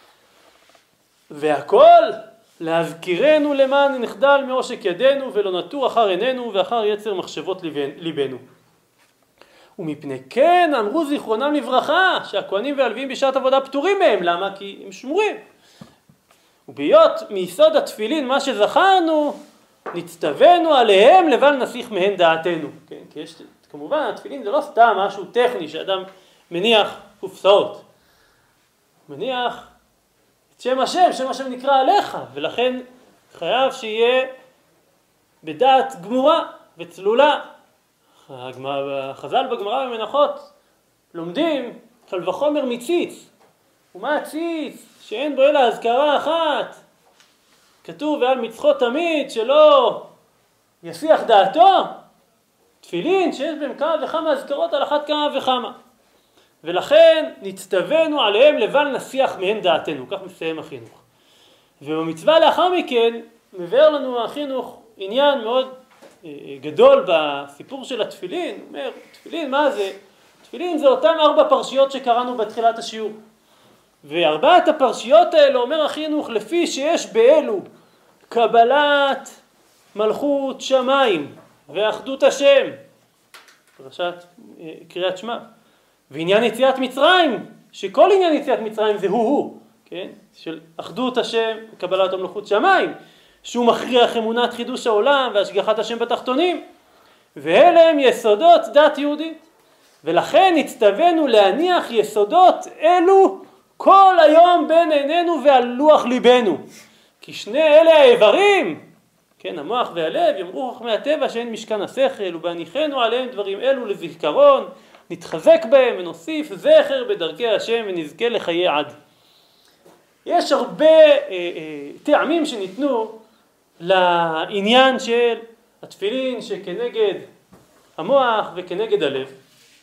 והכל להזכירנו למען נחדל מעושק ידינו, ולא נטור אחר עינינו ואחר יצר מחשבות ליבנו. ומפני כן אמרו זיכרונם לברכה שהכהנים והלוויים בשעת עבודה פטורים מהם. למה? כי הם שמורים. ובהיות מיסוד התפילין מה שזכרנו, נצטווינו עליהם לבל נסיך מהן דעתנו. כן? כי יש, כמובן התפילין זה לא סתם משהו טכני שאדם מניח קופסאות. מניח שם השם נקרא עליך, ולכן חייב שיהיה בדעת גמורה וצלולה. החז"ל בגמרא במנחות לומדים קל וחומר מציץ. ומה הציץ? שאין בו אלא אזכרה אחת. כתוב ועל מצחו תמיד שלא יסיח דעתו. תפילין שיש בהם כמה וכמה אזכרות על אחת כמה וכמה. ולכן נצטווינו עליהם לבל נסיח מהן דעתנו. כך מסיים החינוך. ובמצווה לאחר מכן מבאר לנו החינוך עניין מאוד גדול בסיפור של התפילין. הוא אומר, תפילין מה זה? תפילין זה אותם 4 פרשיות שקראנו בתחילת השיעור. וארבעת הפרשיות האלה אומר החינוך לפי שיש באלו קבלת מלכות שמיים ואחדות השם, פרשת קריאת שמע, ועניין יציאת מצרים, שכל עניין יציאת מצרים זה הוא, כן? של אחדות השם, קבלת מלכות שמיים, שהוא מכריח אמונת חידוש העולם והשגחת השם בתחתונים, ואלה הם יסודות דת יהודית. ולכן הצטווינו להניח יסודות אלו כל היום בין עינינו ועל לוח ליבנו. כי שני אלה האיברים, כן, המוח והלב, יאמרו חכמי הטבע שאין משכן השכל, ובהניחנו עליהם דברים אלו לזיכרון, נתחזק בהם ונוסיף זכר בדרכי השם ונזכה לחיי עד. יש הרבה טעמים שניתנו לעניין של התפילין שכנגד המוח וכנגד הלב.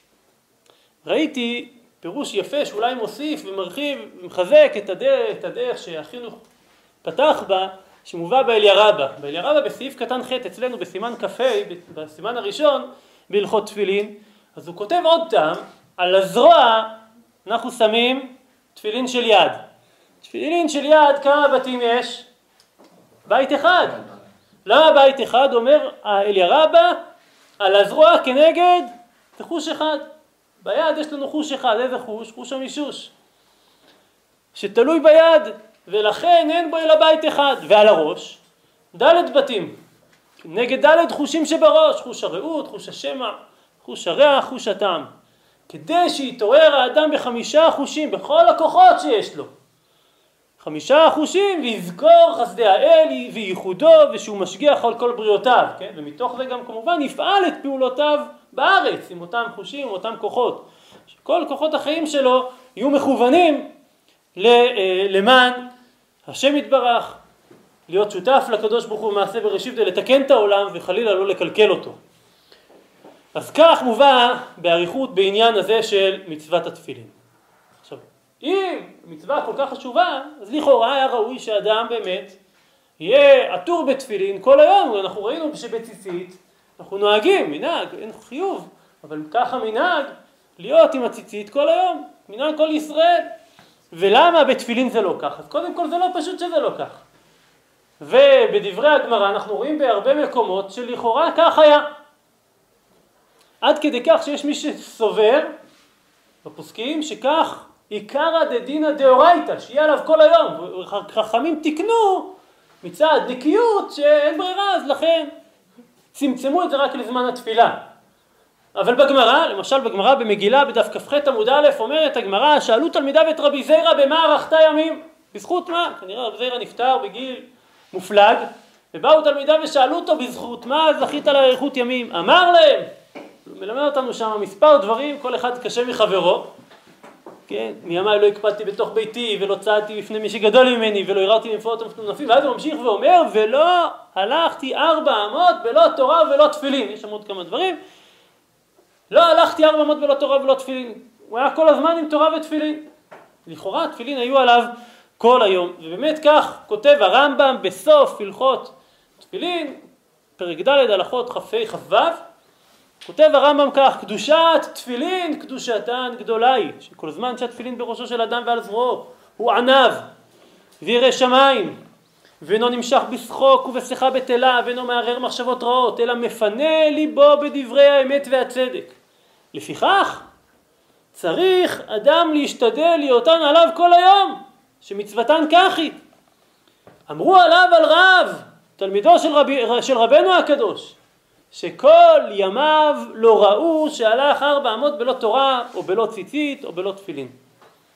ראיתי פירוש יפה שאולי מוסיף ומרחיב ומחזק את הדרך שהחינוך פתח בה, שמובא באלירבא. באלירבא בסעיף קטן ח' אצלנו בסימן כ"ה, בסימן הראשון בהלכות תפילין, אז הוא כותב עוד טעם, על הזרוע אנחנו שמים תפילין של יד. תפילין של יד כמה בתים יש? בית אחד. למה בית אחד? אומר האלירבא, על הזרוע כנגד זה חוש אחד. ביד יש לנו חוש אחד. איזה חוש? חוש המישוש שתלוי ביד, ולכן אין בו אלא בית אחד. ועל הראש ד' בתים נגד ד' חושים שבראש, חוש הרעות, חוש השמע, חוש הריח, חוש הטעם, כדי שיתעורר האדם ב5 חושים, בכל הכוחות שיש לו, 5 חושים, ויזכור חסדי האל וייחודו ושהוא משגיח על כל בריאותיו, כן? ומתוך זה גם כמובן יפעל את פעולותיו בארץ עם אותם חושים, עם אותם כוחות, שכל כוחות החיים שלו יהיו מכוונים למען השם יתברך, להיות שותף לקדוש ברוך הוא במעשה בראשית ולתקן את העולם וחלילה לא לקלקל אותו. אז כך מובא באריכות בעניין הזה של מצוות התפילין. עכשיו, אם מצווה כל כך חשובה, אז לכאורה היה ראוי שאדם באמת יהיה עטור בתפילין כל היום. אנחנו ראינו שבציצית אנחנו נוהגים, מנהג, אין חיוב, אבל ככה מנהג להיות עם הציצית כל היום, מנהג כל ישראל. ולמה בתפילין זה לא כך? אז קודם כל זה לא פשוט שזה לא כך. ובדברי הגמרא אנחנו רואים בהרבה מקומות שלכאורה כך היה. עד כדי כך שיש מי שסובר בפוסקים שכך עיקרא דדינא דאורייתא, שיהיה עליו כל היום. חכמים תיקנו מצד נקיות שאין ברירה, אז לכן צמצמו את זה רק לזמן התפילה. אבל בגמרא, למשל בגמרא במגילה בדף כ"ח עמוד א', אומרת הגמרא, שאלו תלמידיו את רבי זיירא במה ארכת ימים? בזכות מה? כנראה רבי זיירא נפטר בגיל מופלג, ובאו תלמידיו ושאלו אותו בזכות מה זכית לאריכות ימים? אמר להם, מלמד אותנו שם מספר דברים, כל אחד קשה מחברו, כן? מימיי לא הקפדתי בתוך ביתי ולא צעדתי בפני מי שגדול ממני ולא הררתי מפואות ומטונפים, ואז הוא ממשיך ואומר, ולא הלכתי 4 אמות בלא תורה ולא תפילין. יש שם עוד כמה דברים. לא הלכתי 4 אמות בלא תורה ולא תפילין. הוא היה כל הזמן עם תורה ותפילין. לכאורה תפילין היו עליו כל היום. ובאמת כך כותב הרמב"ם בסוף הלכות תפילין, פרק ד' הלכות כ"ה כ"ו, כותב הרמב"ם כך, קדושת תפילין קדושתן גדולה היא, שכל זמן שהתפילין בראשו של אדם ועל זרועו הוא ענב וירא שמיים, ואינו נמשך בשחוק ובשיחה בטלה, ואינו מערער מחשבות רעות, אלא מפנה ליבו בדברי האמת והצדק. לפיכך צריך אדם להשתדל להיותן עליו כל היום, שמצוותן כך היא. אמרו עליו על רב, תלמידו של רבנו הקדוש, שכל ימיו לא ראו שהלך 4 אמות בלא תורה או בלא ציצית או בלא תפילין.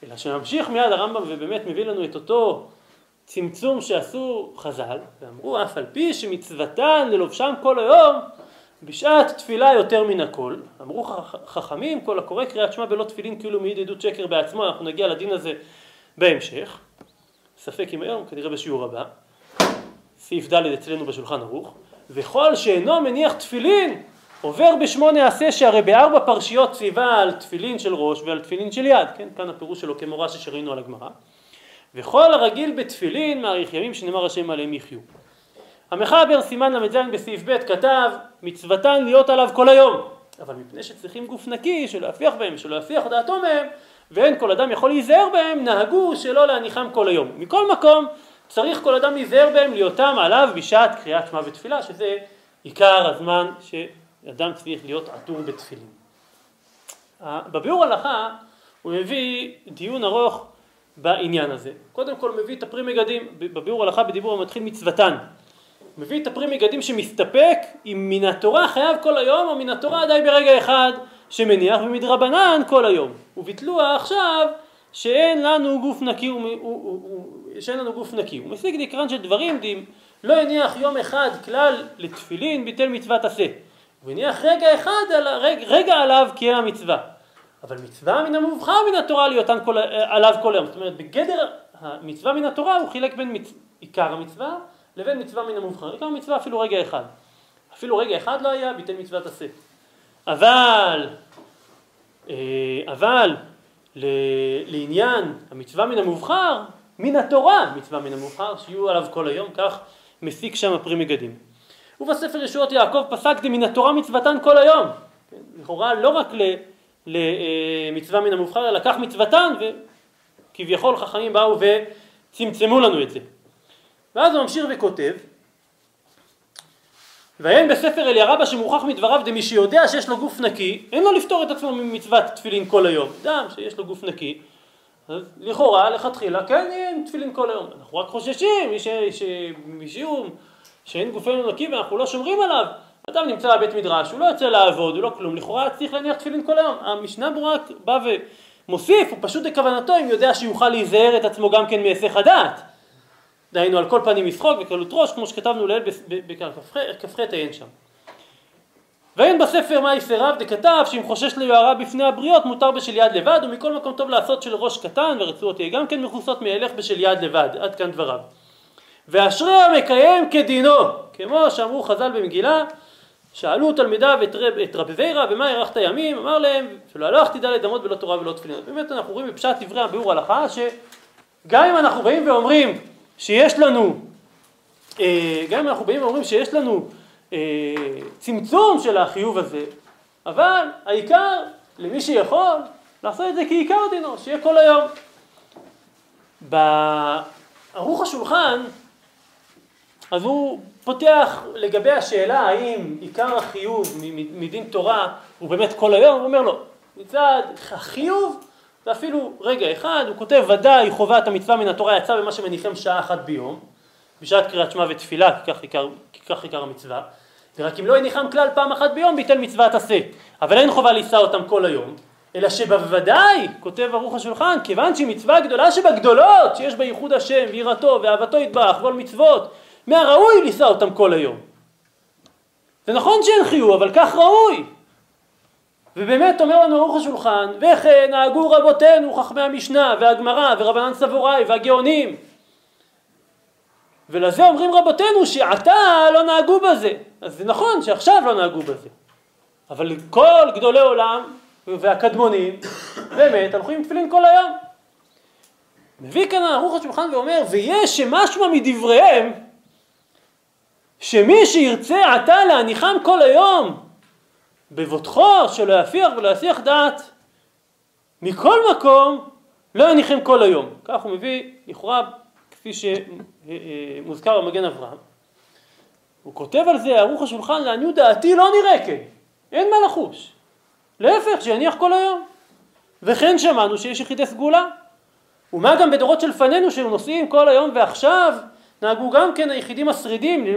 אלא שממשיך מיד הרמב"ם ובאמת מביא לנו את אותו צמצום שעשו חז"ל, ואמרו אף על פי שמצוותן ללובשם כל היום, בשעת תפילה יותר מן הכל. אמרו חכמים, כל הקורא קריאת שמע בלא תפילין כאילו מעיד עדות שקר בעצמו. אנחנו נגיע לדין הזה בהמשך, ספק אם היום, כנראה בשיעור הבא, סעיף ד' אצלנו בשולחן ערוך. וכל שאינו מניח תפילין עובר בשמונה עשה, שהרי בארבע פרשיות ציווה על תפילין של ראש ועל תפילין של יד, כן? כאן הפירוש שלו כמורה שראינו על הגמרא. וכל הרגיל בתפילין מאריך ימים שנאמר השם עליהם יחיו. המחבר סימן ל"ז בסעיף ב' כתב מצוותן להיות עליו כל היום, אבל מפני שצריכים גוף נקי שלא יפיח בהם, שלא יפיח דעתו מהם, ואין כל אדם יכול להיזהר בהם, נהגו שלא להניחם כל היום. מכל מקום צריך כל אדם להיזהר בהם, ליותם עליו בשעת קריאת שמע ותפילה, שזה עיקר הזמן שאדם צריך להיות עטור בתפילין. בביאור הלכה הוא מביא דיון ארוך בעניין הזה. קודם כל מביא את הפרי מגדים, בביאור הלכה בדיבור המתחיל מצוותן. מביא את הפרי מגדים שמסתפק אם מן התורה חייב כל היום, או מן התורה די ברגע אחד שמניח, ומדרבנן כל היום. וביטלו עכשיו שאין לנו גוף נקי, שאין לנו גוף נקי. הוא משיג דקרן של דברים, דים לא הניח יום אחד כלל לתפילין, ביטל מצוות עשה. הוא הניח רגע עליו כי אין המצווה. אבל מצווה מן המובחר מן התורה ליותן עליו כל היום. זאת אומרת, בגדר המצווה מן התורה הוא חילק בין עיקר המצווה לבין מצווה מן המובחר. עיקר המצווה אפילו רגע אחד. אפילו רגע אחד לא היה, ביטל מצוות עשה. אבל לעניין המצווה מן המובחר, מן התורה, מצווה מן המובחר, שיהיו עליו כל היום, כך מסיק שם הפרי מגדים. ובספר ישועות יעקב פסק מן התורה מצוותן כל היום. לכאורה לא רק למצווה מן המובחר, אלא כך מצוותן, וכביכול חכמים באו וצמצמו לנו את זה. ואז הוא ממשיך וכותב, ואין בספר אליה רבה שמוכח מדבריו דמי שיודע שיש לו גוף נקי, אין לו לפתור את עצמו ממצוות תפילין כל היום. אדם שיש לו גוף נקי, אז לכאורה, לכתחילה, כן, אין תפילין כל היום. אנחנו רק חוששים, מישהו שאין גופנו נקי ואנחנו לא שומרים עליו. אדם נמצא בבית מדרש, הוא לא יוצא לעבוד, הוא לא כלום, לכאורה צריך להניח תפילין כל היום. המשנה ברורה בא ומוסיף, הוא פשוט לכוונתו, אם יודע שיוכל להיזהר את עצמו גם כן מהיסח הדעת. דהיינו על כל פנים משחוק וקלות ראש, כמו שכתבנו לעיל בכ"ח אין שם. ואין בספר מה יפריו דכתב שאם חושש ליוהרה בפני הבריות מותר בשל יד לבד, ומכל מקום טוב לעשות של ראש קטן ורצועות תהיה גם כן מכוסות מהלך בשל יד לבד. עד כאן דבריו. ואשרי המקיים כדינו, כמו שאמרו חז"ל במגילה, שאלו תלמידיו את רבי זיירא ומה הארכת ימים, אמר להם שלא הלכתי ד' אמות ולא תורה ולא תפילין. באמת אנחנו רואים בפשט דברי הביאור הלכה שגם אם אנחנו באים ואומרים שיש לנו צמצום של החיוב הזה, אבל העיקר למי שיכול לעשות את זה כעיקר דינו, שיהיה כל היום. בערוך השולחן אז הוא פותח לגבי השאלה האם עיקר החיוב מדין תורה הוא באמת כל היום, הוא אומר לו, מצד החיוב ואפילו רגע אחד, הוא כותב ודאי חובת המצווה מן התורה יצא במה שמניחם שעה אחת ביום, בשעת קריאת שמע ותפילה, כי כך עיקר המצווה, ורק אם לא יניחם כלל פעם אחת ביום ביטל מצוות עשה, אבל אין חובה לישא אותם כל היום, אלא שבוודאי, כותב ערוך השולחן, כיוון שהיא מצווה גדולה שבגדולות, שיש בה ייחוד השם ויראתו ואהבתו יתברך ועול מצוות, מהראוי לישא אותם כל היום. זה נכון שאין חיוב, אבל כך ראוי. ובאמת אומר לנו ערוך השולחן, וכן נהגו רבותינו חכמי המשנה והגמרא ורבנן סבוראי והגאונים. ולזה אומרים רבותינו שעתה לא נהגו בזה. אז זה נכון שעכשיו לא נהגו בזה. אבל כל גדולי עולם והקדמונים באמת הלכו עם תפילין כל היום. מביא כאן ערוך השולחן ואומר, ויש שמשמע מדבריהם שמי שירצה עתה להניחם כל היום בבוטחו שלא יפיח ולא יסיח דעת, מכל מקום לא יניחם כל היום. כך הוא מביא לכאורה כפי שמוזכר במגן אברהם. הוא כותב על זה ערוך השולחן, לעניות דעתי לא נראה כן, אין מה לחוש, להפך שיניח כל היום. וכן שמענו שיש יחידי סגולה, ומה גם בדורות של פנינו שהם נוסעים כל היום ועכשיו נהגו גם כן היחידים השרידים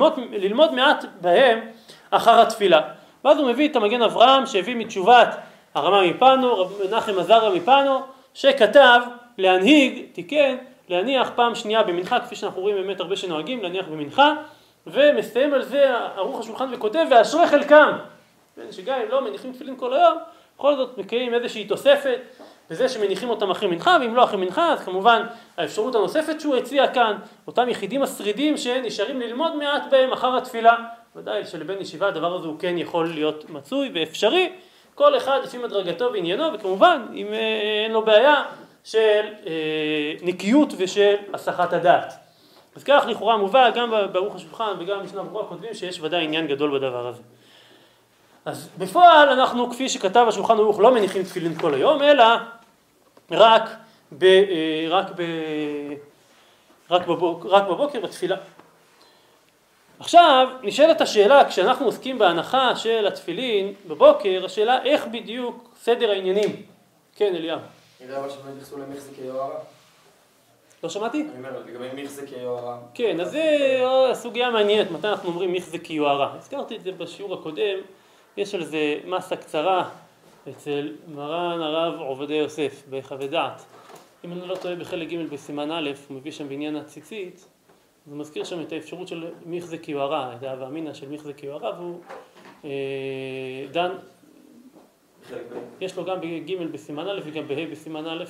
ללמוד מעט בהם אחר התפילה. ואז הוא מביא את המגן אברהם שהביא מתשובת הרמ"א מפנו, רב מנחם עזריה מפנו, שכתב להנהיג, תיקן, להניח פעם שנייה במנחה, כפי שאנחנו רואים באמת הרבה שנוהגים, להניח במנחה, ומסיים על זה ערוך השולחן וכותב, ואשרי חלקם, שגם אם לא מניחים תפילין כל היום, בכל זאת מקיים איזושהי תוספת, וזה שמניחים אותם אחרי מנחה, ואם לא אחרי מנחה, אז כמובן האפשרות הנוספת שהוא הציע כאן, אותם יחידים השרידים שנשארים ללמוד מעט בהם אחר התפילה, ודאי שלבן ישיבה הדבר הזה הוא כן יכול להיות מצוי ואפשרי, כל אחד לפי מדרגתו ועניינו, וכמובן אם אין לו בעיה של נקיות ושל הסחת הדעת. אז כך לכאורה מובא גם בערוך השולחן וגם במשנה ברורה כותבים שיש ודאי עניין גדול בדבר הזה. אז בפועל אנחנו, כפי שכתב השולחן ערוך, לא מניחים תפילין כל היום, אלא רק בבוקר בתפילה. עכשיו נשאלת השאלה, כשאנחנו עוסקים בהנחה של התפילין בבוקר, השאלה איך בדיוק סדר העניינים. כן, אליהו. נראה אבל שבאמת יחסו למחזיק יוהרה. לא שמעתי? אני אומר, לגבי מחזיק יוהרה. כן, אז זה סוגיה מעניינת, מתי אנחנו אומרים מחזיק יוהרה. הזכרתי את זה בשיעור הקודם, יש על זה מסה קצרה אצל מרן הרב עובדיה יוסף בחוות דעת. אם אני לא טועה בחלק ג' בסימן א', הוא מביא שם בעניין הציצית, הוא מזכיר שם את האפשרות של מחזיק יוהרה, את ההווה אמינא של מחזיק יוהרה, והוא דן, יש לו גם בג' בסימן א' וגם בה' בסימן א',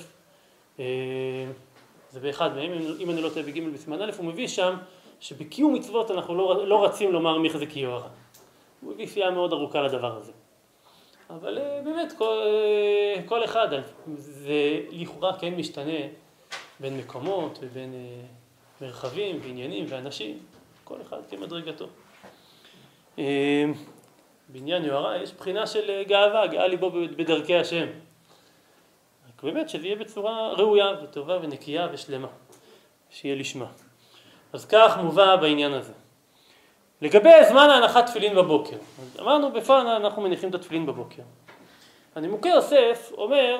זה באחד מהם, אם אני לא טועה בג' בסימן א', הוא מביא שם שבקיום מצוות אנחנו לא רצים לומר מחזיק יוהרה. הוא הביא פייה מאוד ארוכה לדבר הזה. אבל באמת כל אחד, זה לכאורה כן משתנה בין מקומות ובין מרחבים ועניינים ואנשים, כל אחד כמדרגתו. בעניין יוהרה יש בחינה של גאווה, גאה ליבו בדרכי השם. רק באמת שזה יהיה בצורה ראויה וטובה ונקייה ושלמה, שיהיה לשמה. אז כך מובא בעניין הזה. לגבי זמן ההנחת תפילין בבוקר, אז אמרנו בפועל אנחנו מניחים את התפילין בבוקר. הנימוקי יוסף אומר,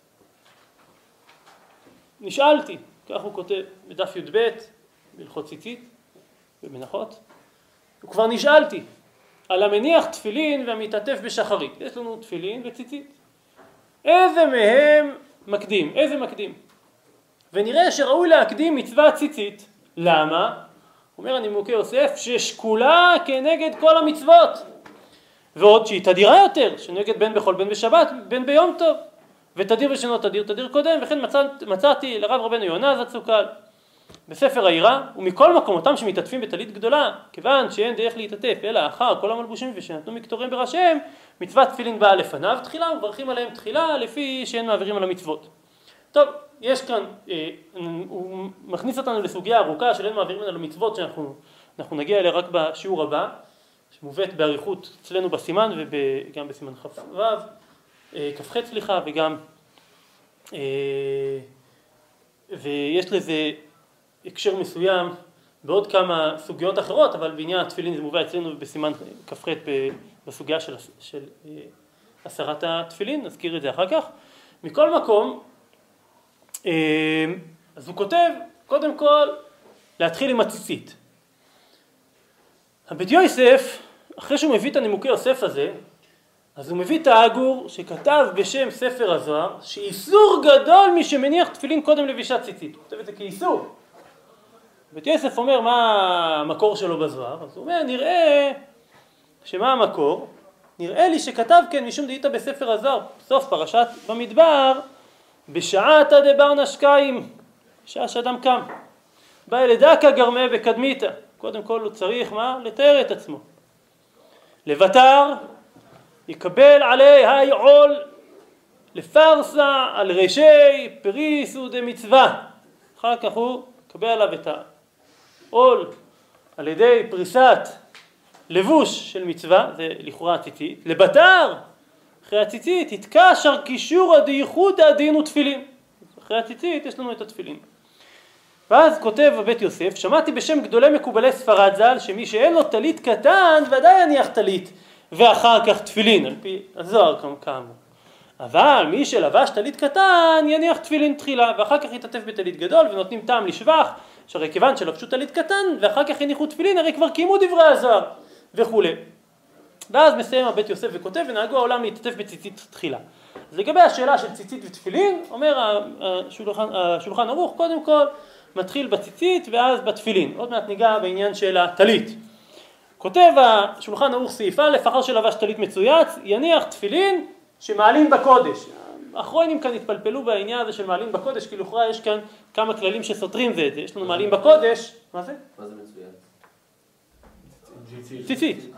נשאלתי, כך הוא כותב בדף י"ב, בהלכות ציצית, במנחות, וכבר נשאלתי על המניח תפילין והמתעטף בשחרית. יש לנו תפילין וציצית. איזה מהם מקדים? איזה מקדים? ונראה שראוי להקדים מצווה ציצית. למה? אומר הנימוקי יוסף ששקולה כנגד כל המצוות, ועוד שהיא תדירה יותר, שנגד בין בחול בין בשבת בין ביום טוב, ותדיר ושנו תדיר קודם, וכן מצאתי לרב רבנו יונה זצוקל בספר העירה, ומכל מקום אותם שמתעטפים בטלית גדולה, כיוון שאין דרך להתעטף אלא אחר כל המלבושים ושנתנו מקטורים בראשיהם, מצוות תפילין באה לפניו תחילה, ומברכים עליהם תחילה לפי שאין מעבירים על המצוות. טוב, יש כאן, הוא מכניס אותנו לסוגיה ארוכה של אין מעבירים על המצוות שאנחנו נגיע אליה רק בשיעור הבא, שמובאת בעריכות אצלנו בסימן וגם בסימן כ"ו, כ"ח סליחה, וגם ויש לזה הקשר מסוים בעוד כמה סוגיות אחרות, אבל בעניין התפילין זה מובא אצלנו בסימן כ"ח בסוגיה של הסרת התפילין, נזכיר את זה אחר כך. מכל מקום, אז הוא כותב, קודם כל, להתחיל עם הציצית. הבית יוסף, אחרי שהוא מביא את הנימוקי יוסף הזה, אז הוא מביא את האגור שכתב בשם ספר הזוהר, שאיסור גדול מי שמניח תפילין קודם לבישת ציצית. הוא כותב את זה כאיסור. בית יוסף אומר מה המקור שלו בזוהר, אז הוא אומר, נראה שמה המקור? נראה לי שכתב כן משום דאיתא בספר הזוהר, סוף פרשת במדבר, בשעתא דבר נשקיים, שעה שאדם קם. בא אל דקה גרמה בקדמיתא. קודם כל הוא צריך מה? לתאר את עצמו. לבטר, יקבל עלי היי עול, לפרסה על ראשי פריסו דמצווה. אחר כך הוא יקבל עליו את העול על ידי פריסת לבוש של מצווה, זה לכאורה הציצית. לבטר, אחרי הציצית, התקשר קישורא דייחודא דין ותפילין. אחרי הציצית יש לנו את התפילין. ואז כותב בית יוסף, שמעתי בשם גדולי מקובלי ספרד ז"ל, שמי שאין לו טלית קטן ודאי יניח טלית, ואחר כך תפילין, על פי הזוהר כאמור. אבל מי שלבש טלית קטן יניח תפילין תחילה, ואחר כך יתעטף בטלית גדול, ונותנים טעם לשבח, שהרי כיוון שלבשו טלית קטן, ואחר כך יניחו תפילין, הרי כבר קיימו דברי הזוהר, וכו'. ואז מסיים הבית יוסף וכותב, ונהגו העולם להתעטף בציצית תחילה. אז לגבי השאלה של ציצית ותפילין, אומר השולחן ערוך, קודם כל מתחיל בציצית ואז בתפילין. עוד מעט ניגע בעניין של הטלית. כותב השולחן ערוך סעיף א', אחר שלבש טלית מצויץ, יניח תפילין שמעלים בקודש. האחרונים כאן התפלפלו בעניין הזה של מעלים בקודש, כי לכאורה יש כאן כמה כללים שסותרים זה את זה. יש לנו מעלים בקודש, מה זה? מה זה מצויץ? ציצית.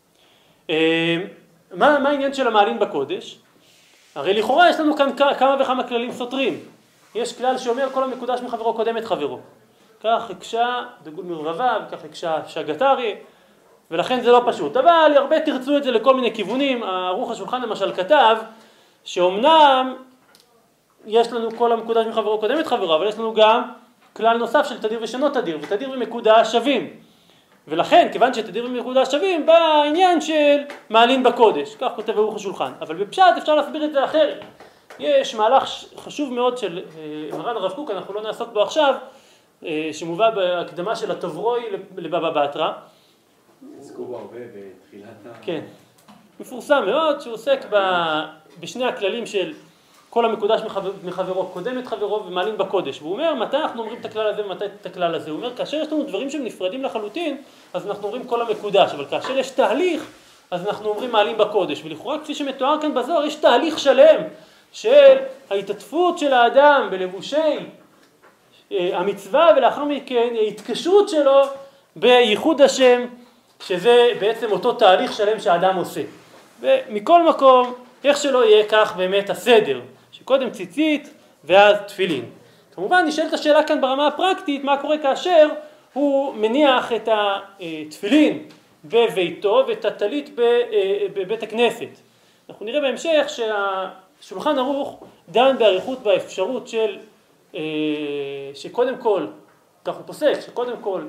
מה העניין של המעלים בקודש? הרי לכאורה יש לנו כאן כמה וכמה כללים סותרים. יש כלל שאומר כל המקודש מחברו קודם את חברו. כך הקשה דגול מרבבה, וכך הקשה שגתרי, ולכן זה לא פשוט. אבל הרבה תרצו את זה לכל מיני כיוונים. ערוך השולחן למשל כתב שאומנם יש לנו כל המקודש מחברו קודם את חברו, אבל יש לנו גם כלל נוסף של תדיר ושנות תדיר, ותדיר ומקודש שווים. ולכן, כיוון שתדיר ומקודש שווים, בא העניין של מעלים בקודש. כך כותב ערוך השולחן. אבל בפשט אפשר להסביר את זה אחרת. יש מהלך חשוב מאוד של מרן הרב קוק, אנחנו לא נעסוק בו עכשיו, שמובא בהקדמה של התוברוי לבבא בתרא. עסקו בו הרבה בתחילת כן. מפורסם מאוד, שהוא עוסק בשני הכללים של כל המקודש מחברו, קודם את חברו ומעלים בקודש. והוא אומר, מתי אנחנו אומרים את הכלל הזה ומתי את הכלל הזה? הוא אומר, כאשר יש לנו דברים שהם נפרדים לחלוטין, אז אנחנו אומרים כל המקודש, אבל כאשר יש תהליך, אז אנחנו אומרים מעלים בקודש. ולכאורה, כפי שמתואר כאן בזוהר, יש תהליך שלם של ההתעטפות של האדם בלבושי המצווה, ולאחר מכן ההתקשרות שלו בייחוד השם, שזה בעצם אותו תהליך שלם שהאדם עושה. ומכל מקום, איך שלא יהיה כך באמת הסדר, שקודם ציצית ואז תפילין. כמובן נשאלת השאלה כאן ברמה הפרקטית, מה קורה כאשר הוא מניח את התפילין בביתו ואת הטלית בבית הכנסת. אנחנו נראה בהמשך שהשולחן ערוך דן באריכות באפשרות של שקודם כל, כך הוא פוסק, שקודם כל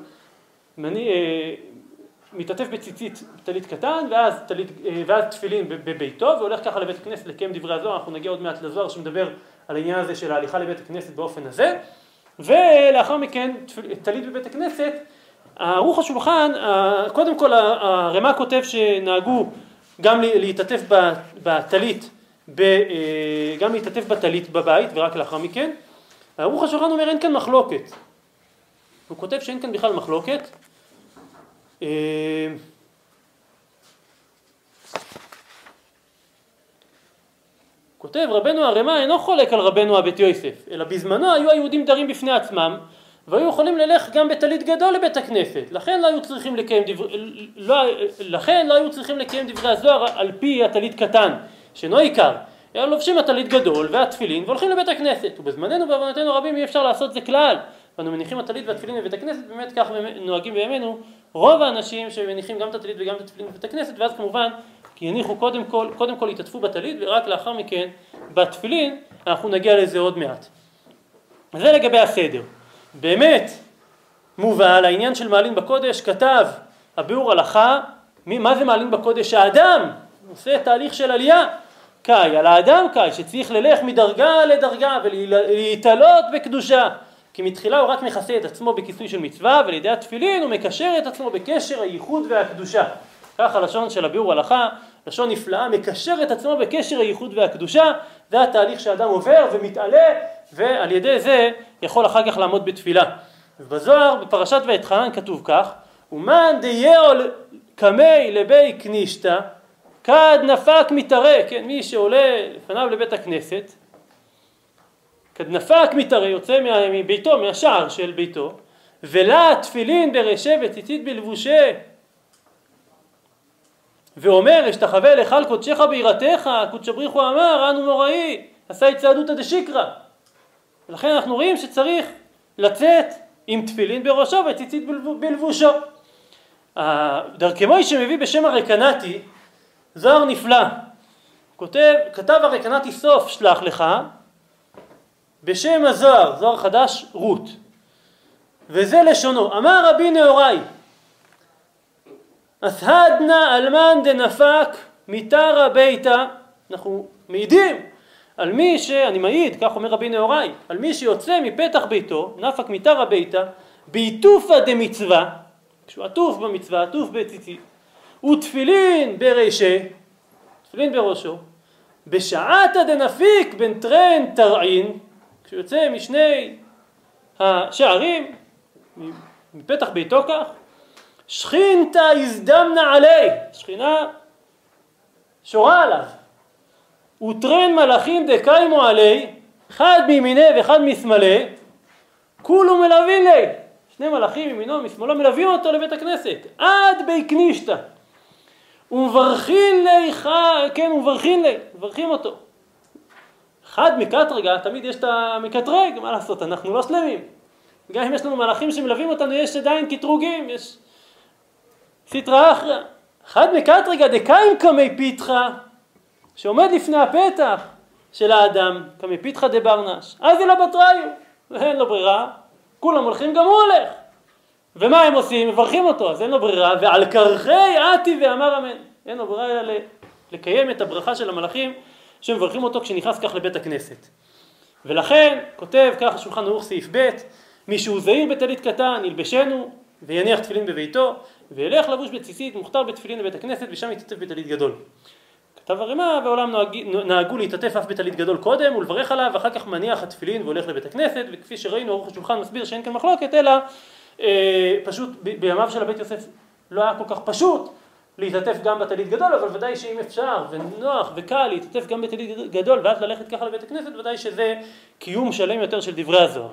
מתעטף בציצית טלית קטן ואז תפילין בביתו, והולך ככה לבית הכנסת לקיים דברי הזוהר. אנחנו נגיע עוד מעט לזוהר שמדבר על העניין הזה של ההליכה לבית הכנסת באופן הזה. ולאחר מכן טלית בבית הכנסת, ערוך השולחן, קודם כל הרמ"א כותב שנהגו גם להתעטף בטלית, גם להתעטף בטלית בבית ורק לאחר מכן. ערוך השולחן אומר אין כאן מחלוקת. הוא כותב שאין כאן בכלל מחלוקת. כותב רבנו הרמ"א אינו חולק על רבנו הבית יוסף, אלא בזמנו היו היהודים דרים בפני עצמם והיו יכולים ללך גם בטלית גדול לבית הכנסת, לכן לא היו צריכים לקיים דברי הזוהר על פי הטלית קטן שאינו עיקר, אלא לובשים הטלית גדול והתפילין והולכים לבית הכנסת. ובזמננו בעוונותינו רבים אי אפשר לעשות זה כלל, ואנו מניחים הטלית והתפילין בבית הכנסת, באמת כך נוהגים בימינו רוב האנשים שמניחים גם את הטלית וגם את התפילין בבית הכנסת, ואז כמובן כי יניחו קודם כל יתעטפו בטלית ורק לאחר מכן בתפילין. אנחנו נגיע לזה עוד מעט. זה לגבי הסדר. באמת מובא על העניין של מעלים בקודש, כתב הביאור הלכה, מה זה מעלים בקודש? האדם עושה תהליך של עלייה, קאי, על האדם קאי, שצריך ללך מדרגה לדרגה ולהתעלות בקדושה, כי מתחילה הוא רק מכסה את עצמו בכיסוי של מצווה, ולידי התפילין הוא מקשר את עצמו בקשר הייחוד והקדושה. כך הלשון של הביאור הלכה, לשון נפלאה, מקשר את עצמו בקשר הייחוד והקדושה. זה התהליך שהאדם עובר ומתעלה, ועל ידי זה יכול אחר כך לעמוד בתפילה. ובזוהר בפרשת ואתחנן כתוב כך, ומן דייעול קמי לבי כנישתא כד נפק מתערה. כן, מי שעולה לפניו לבית הכנסת, כד נפק מתערה, יוצא מביתו, מהשער של ביתו, ולה תפילין ברשע וציצית בלבושה, ואומר אשתחווה לך על קודשך ביראתך, קודש בריחו אמר אנו נוראי עשה צעדותא דשיקרא. ולכן אנחנו רואים שצריך לצאת עם תפילין בראשו וציצית בלבושו. דרכי מוישה מביא בשם הרקנתי זוהר נפלא. כתב הרקנתי סוף שלח לך בשם הזוהר, זוהר חדש רות, וזה לשונו, אמר רבי נהוראי אסהדנה אלמן דנפק מתרא ביתא. אנחנו מעידים על מי אני מעיד, כך אומר רבי נהוראי, על מי שיוצא מפתח ביתו, נפק מתרא ביתא, בעיטופא דמצווה, כשהוא עטוף במצווה, עטוף בציצית, ותפילין ברשע, תפילין בראשו, בשעתה דנפיק בין טרן תרעין, כשיוצא משני השערים, מפתח ביתו כך, שכינתה הזדמנה עלי, שכינה שורה עליו, וטרן מלאכים דקיימו עלי, אחד מימיני ואחד משמאלי, כולו מלווים לי, שני מלאכים מימינו ומשמאלו מלווים אותו לבית הכנסת, עד בי כנישתא, ומברכין לי, כן, מברכים אותו. אחד מקטרגה, תמיד יש את המקטרג, מה לעשות, אנחנו לא שלמים. גם אם יש לנו מלאכים שמלווים אותנו, יש עדיין קטרוגים, יש סטרא אחרא. אחד מקטרגה דקיים קמי פיתחה, שעומד לפני הפתח של האדם, קמי פיתחה דברנש. אז אלא בתראיו, ואין לו ברירה, כולם הולכים, גם הוא הולך. ומה הם עושים? מברכים אותו, אז אין לו ברירה, ועל קרחי עתי ואמר אמן. אין לו ברירה אלא לקיים את הברכה של המלאכים שמברכים אותו כשנכנס כך לבית הכנסת. ולכן כותב כך השולחן ערוך סעיף ב', מי שהוא זהיר בטלית קטן ילבשנו ויניח תפילין בביתו וילך לבוש בציצית מוכתר בתפילין לבית הכנסת ושם יתעטף בטלית גדול. כתב הרמ"א, בעולם נהגו להתעטף אף בטלית גדול קודם ולברך עליו ואחר כך מניח התפילין והולך לבית הכנסת, וכפי שראינו ערוך השולחן מסביר שאין כאן מחלוקת, אלא פשוט בימיו של הבית יוסף לא היה כל כך פשוט להתעטף גם בטלית גדול, אבל ודאי שאם אפשר ונוח וקל להתעטף גם בטלית גדול ואז ללכת ככה לבית הכנסת, ודאי שזה קיום שלם יותר של דברי הזוהר.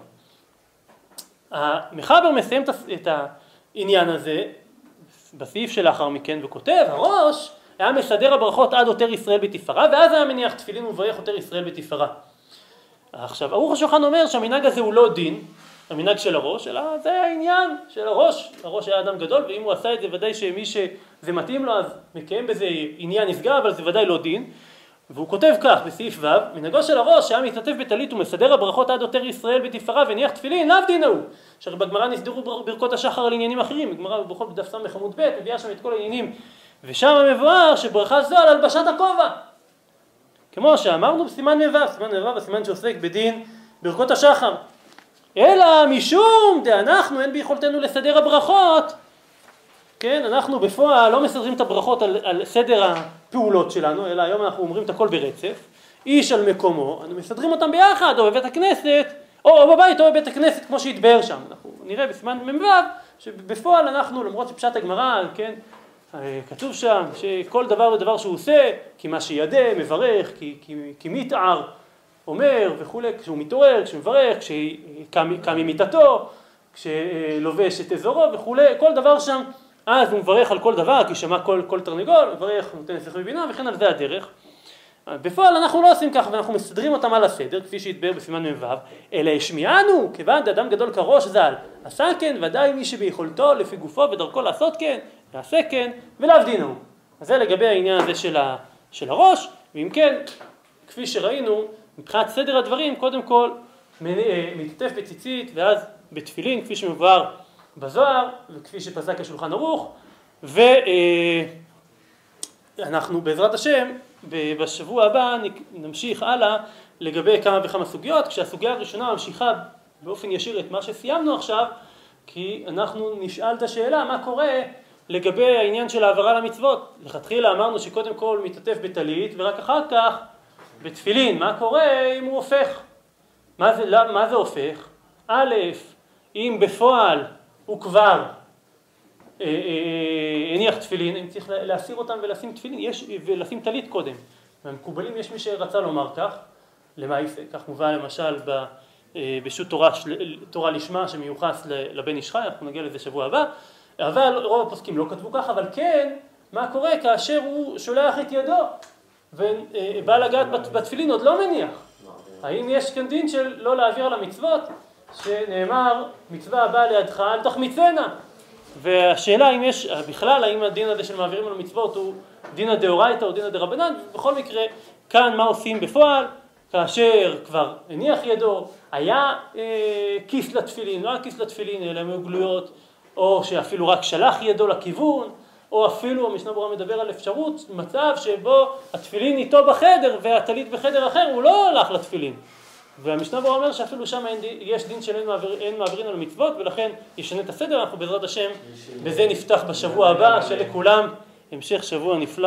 המחבר מסיים את העניין הזה בסעיף שלאחר מכן וכותב, הראש היה מסדר הברכות עד עוטר ישראל בתפארה, ואז היה מניח תפילין וברך עוטר ישראל בתפארה. עכשיו, ערוך השולחן אומר שהמנהג הזה הוא לא דין, המנהג של הראש, אלא זה העניין של הראש. הראש היה אדם גדול, ואם הוא עשה את זה ודאי שמי שזה מתאים לו, אז מקיים בזה עניין נפגע, אבל זה ודאי לא דין. והוא כותב כך בסעיף ו', מנהגו של הראש שהיה מתעטף בטלית ומסדר הברכות עד עוטר ישראל בתפארה וניח תפילין, לאו דין הוא. שהרי בגמרא נסדרו ברכות השחר על עניינים אחרים, בגמרא בברכות בדף ס' עמוד ב' מביאה שם את כל העניינים, ושם מבואר שברכה זו על הלבשת הכובע. כמו שאמרנו בסימן מ"ו, סימן מ"ו הסימן שעוסק בדין ברכות השחר. אלא משום דאנחנו אין ביכולתנו לסדר הברכות, כן, אנחנו בפועל לא מסדרים את הברכות על סדר הפעולות שלנו, אלא היום אנחנו אומרים את הכל ברצף, איש על מקומו, אנחנו מסדרים אותם ביחד, או בבית הכנסת, או בבית, או בבית הכנסת, כמו שהתבאר שם. אנחנו נראה בסימן מ"ו, שבפועל אנחנו, למרות שפשט הגמרא, כן, כתוב שם שכל דבר ודבר שהוא עושה, כי מה שידע, מברך, כי מתער, אומר וכולי, כשהוא מתעורר, כשמברך, כשקם ממיטתו, כשלובש את אזורו וכולי, כל דבר שם, אז הוא מברך על כל דבר, כי שמע כל תרנגול, מברך, נותן שכל ובינה, וכן על זה הדרך. בפועל אנחנו לא עושים ככה, ואנחנו מסדרים אותם על הסדר, כפי שהתבאר בסימן מ"ו, אלא השמיענו, כיוון דאדם גדול כראש ז"ל, עשה כן, ודאי מי שביכולתו, לפי גופו ודרכו לעשות כן, יעשה כן, ולאו דינו. אז זה לגבי העניין הזה של הראש, ואם כן, כפי שראינו, מבחינת סדר הדברים, קודם כל מתעטף בציצית ואז בתפילין, כפי שמבואר בזוהר וכפי שפסק השולחן ערוך, ואנחנו בעזרת השם בשבוע הבא נמשיך הלאה לגבי כמה וכמה סוגיות, כשהסוגיה הראשונה ממשיכה באופן ישיר את מה שסיימנו עכשיו, כי אנחנו נשאל את השאלה מה קורה לגבי העניין של העברה למצוות. לכתחילה אמרנו שקודם כל מתעטף בטלית ורק אחר כך בתפילין. מה קורה אם הוא הופך? מה זה הופך? א', אם בפועל הוא כבר הניח תפילין, אני צריך להסיר אותם ולשים תפילין, ולשים טלית קודם. במקובלים יש מי שרצה לומר כך, למעשה, כך מובא למשל בשו"ת תורה לשמה שמיוחס לבן איש חי, אנחנו נגיע לזה שבוע הבא, אבל רוב הפוסקים לא כתבו כך, אבל כן, מה קורה כאשר הוא שולח את ידו ובא לגעת בתפילין עוד לא מניח? האם יש כאן דין של לא להעביר על המצוות, שנאמר מצווה הבאה לידך אל תחמיצנה? והשאלה אם יש בכלל, האם הדין הזה של מעבירים על המצוות הוא דין הדאורייתא או דין הדרבנן? בכל מקרה, כאן מה עושים בפועל? כאשר כבר הניח ידו, היה כיס לתפילין, לא היה כיס לתפילין, אלא הם היו גלויות, או שאפילו רק שלח ידו לכיוון, או אפילו המשנה ברורה מדבר על אפשרות, מצב שבו התפילין איתו בחדר והטלית בחדר אחר, הוא לא הלך לתפילין. והמשנה ברורה אומר שאפילו שם יש דין של אין מעבירים על המצוות, ולכן ישנה את הסדר. אנחנו בעזרת השם בזה נפתח בשבוע הבא, שלכולם המשך שבוע נפלא.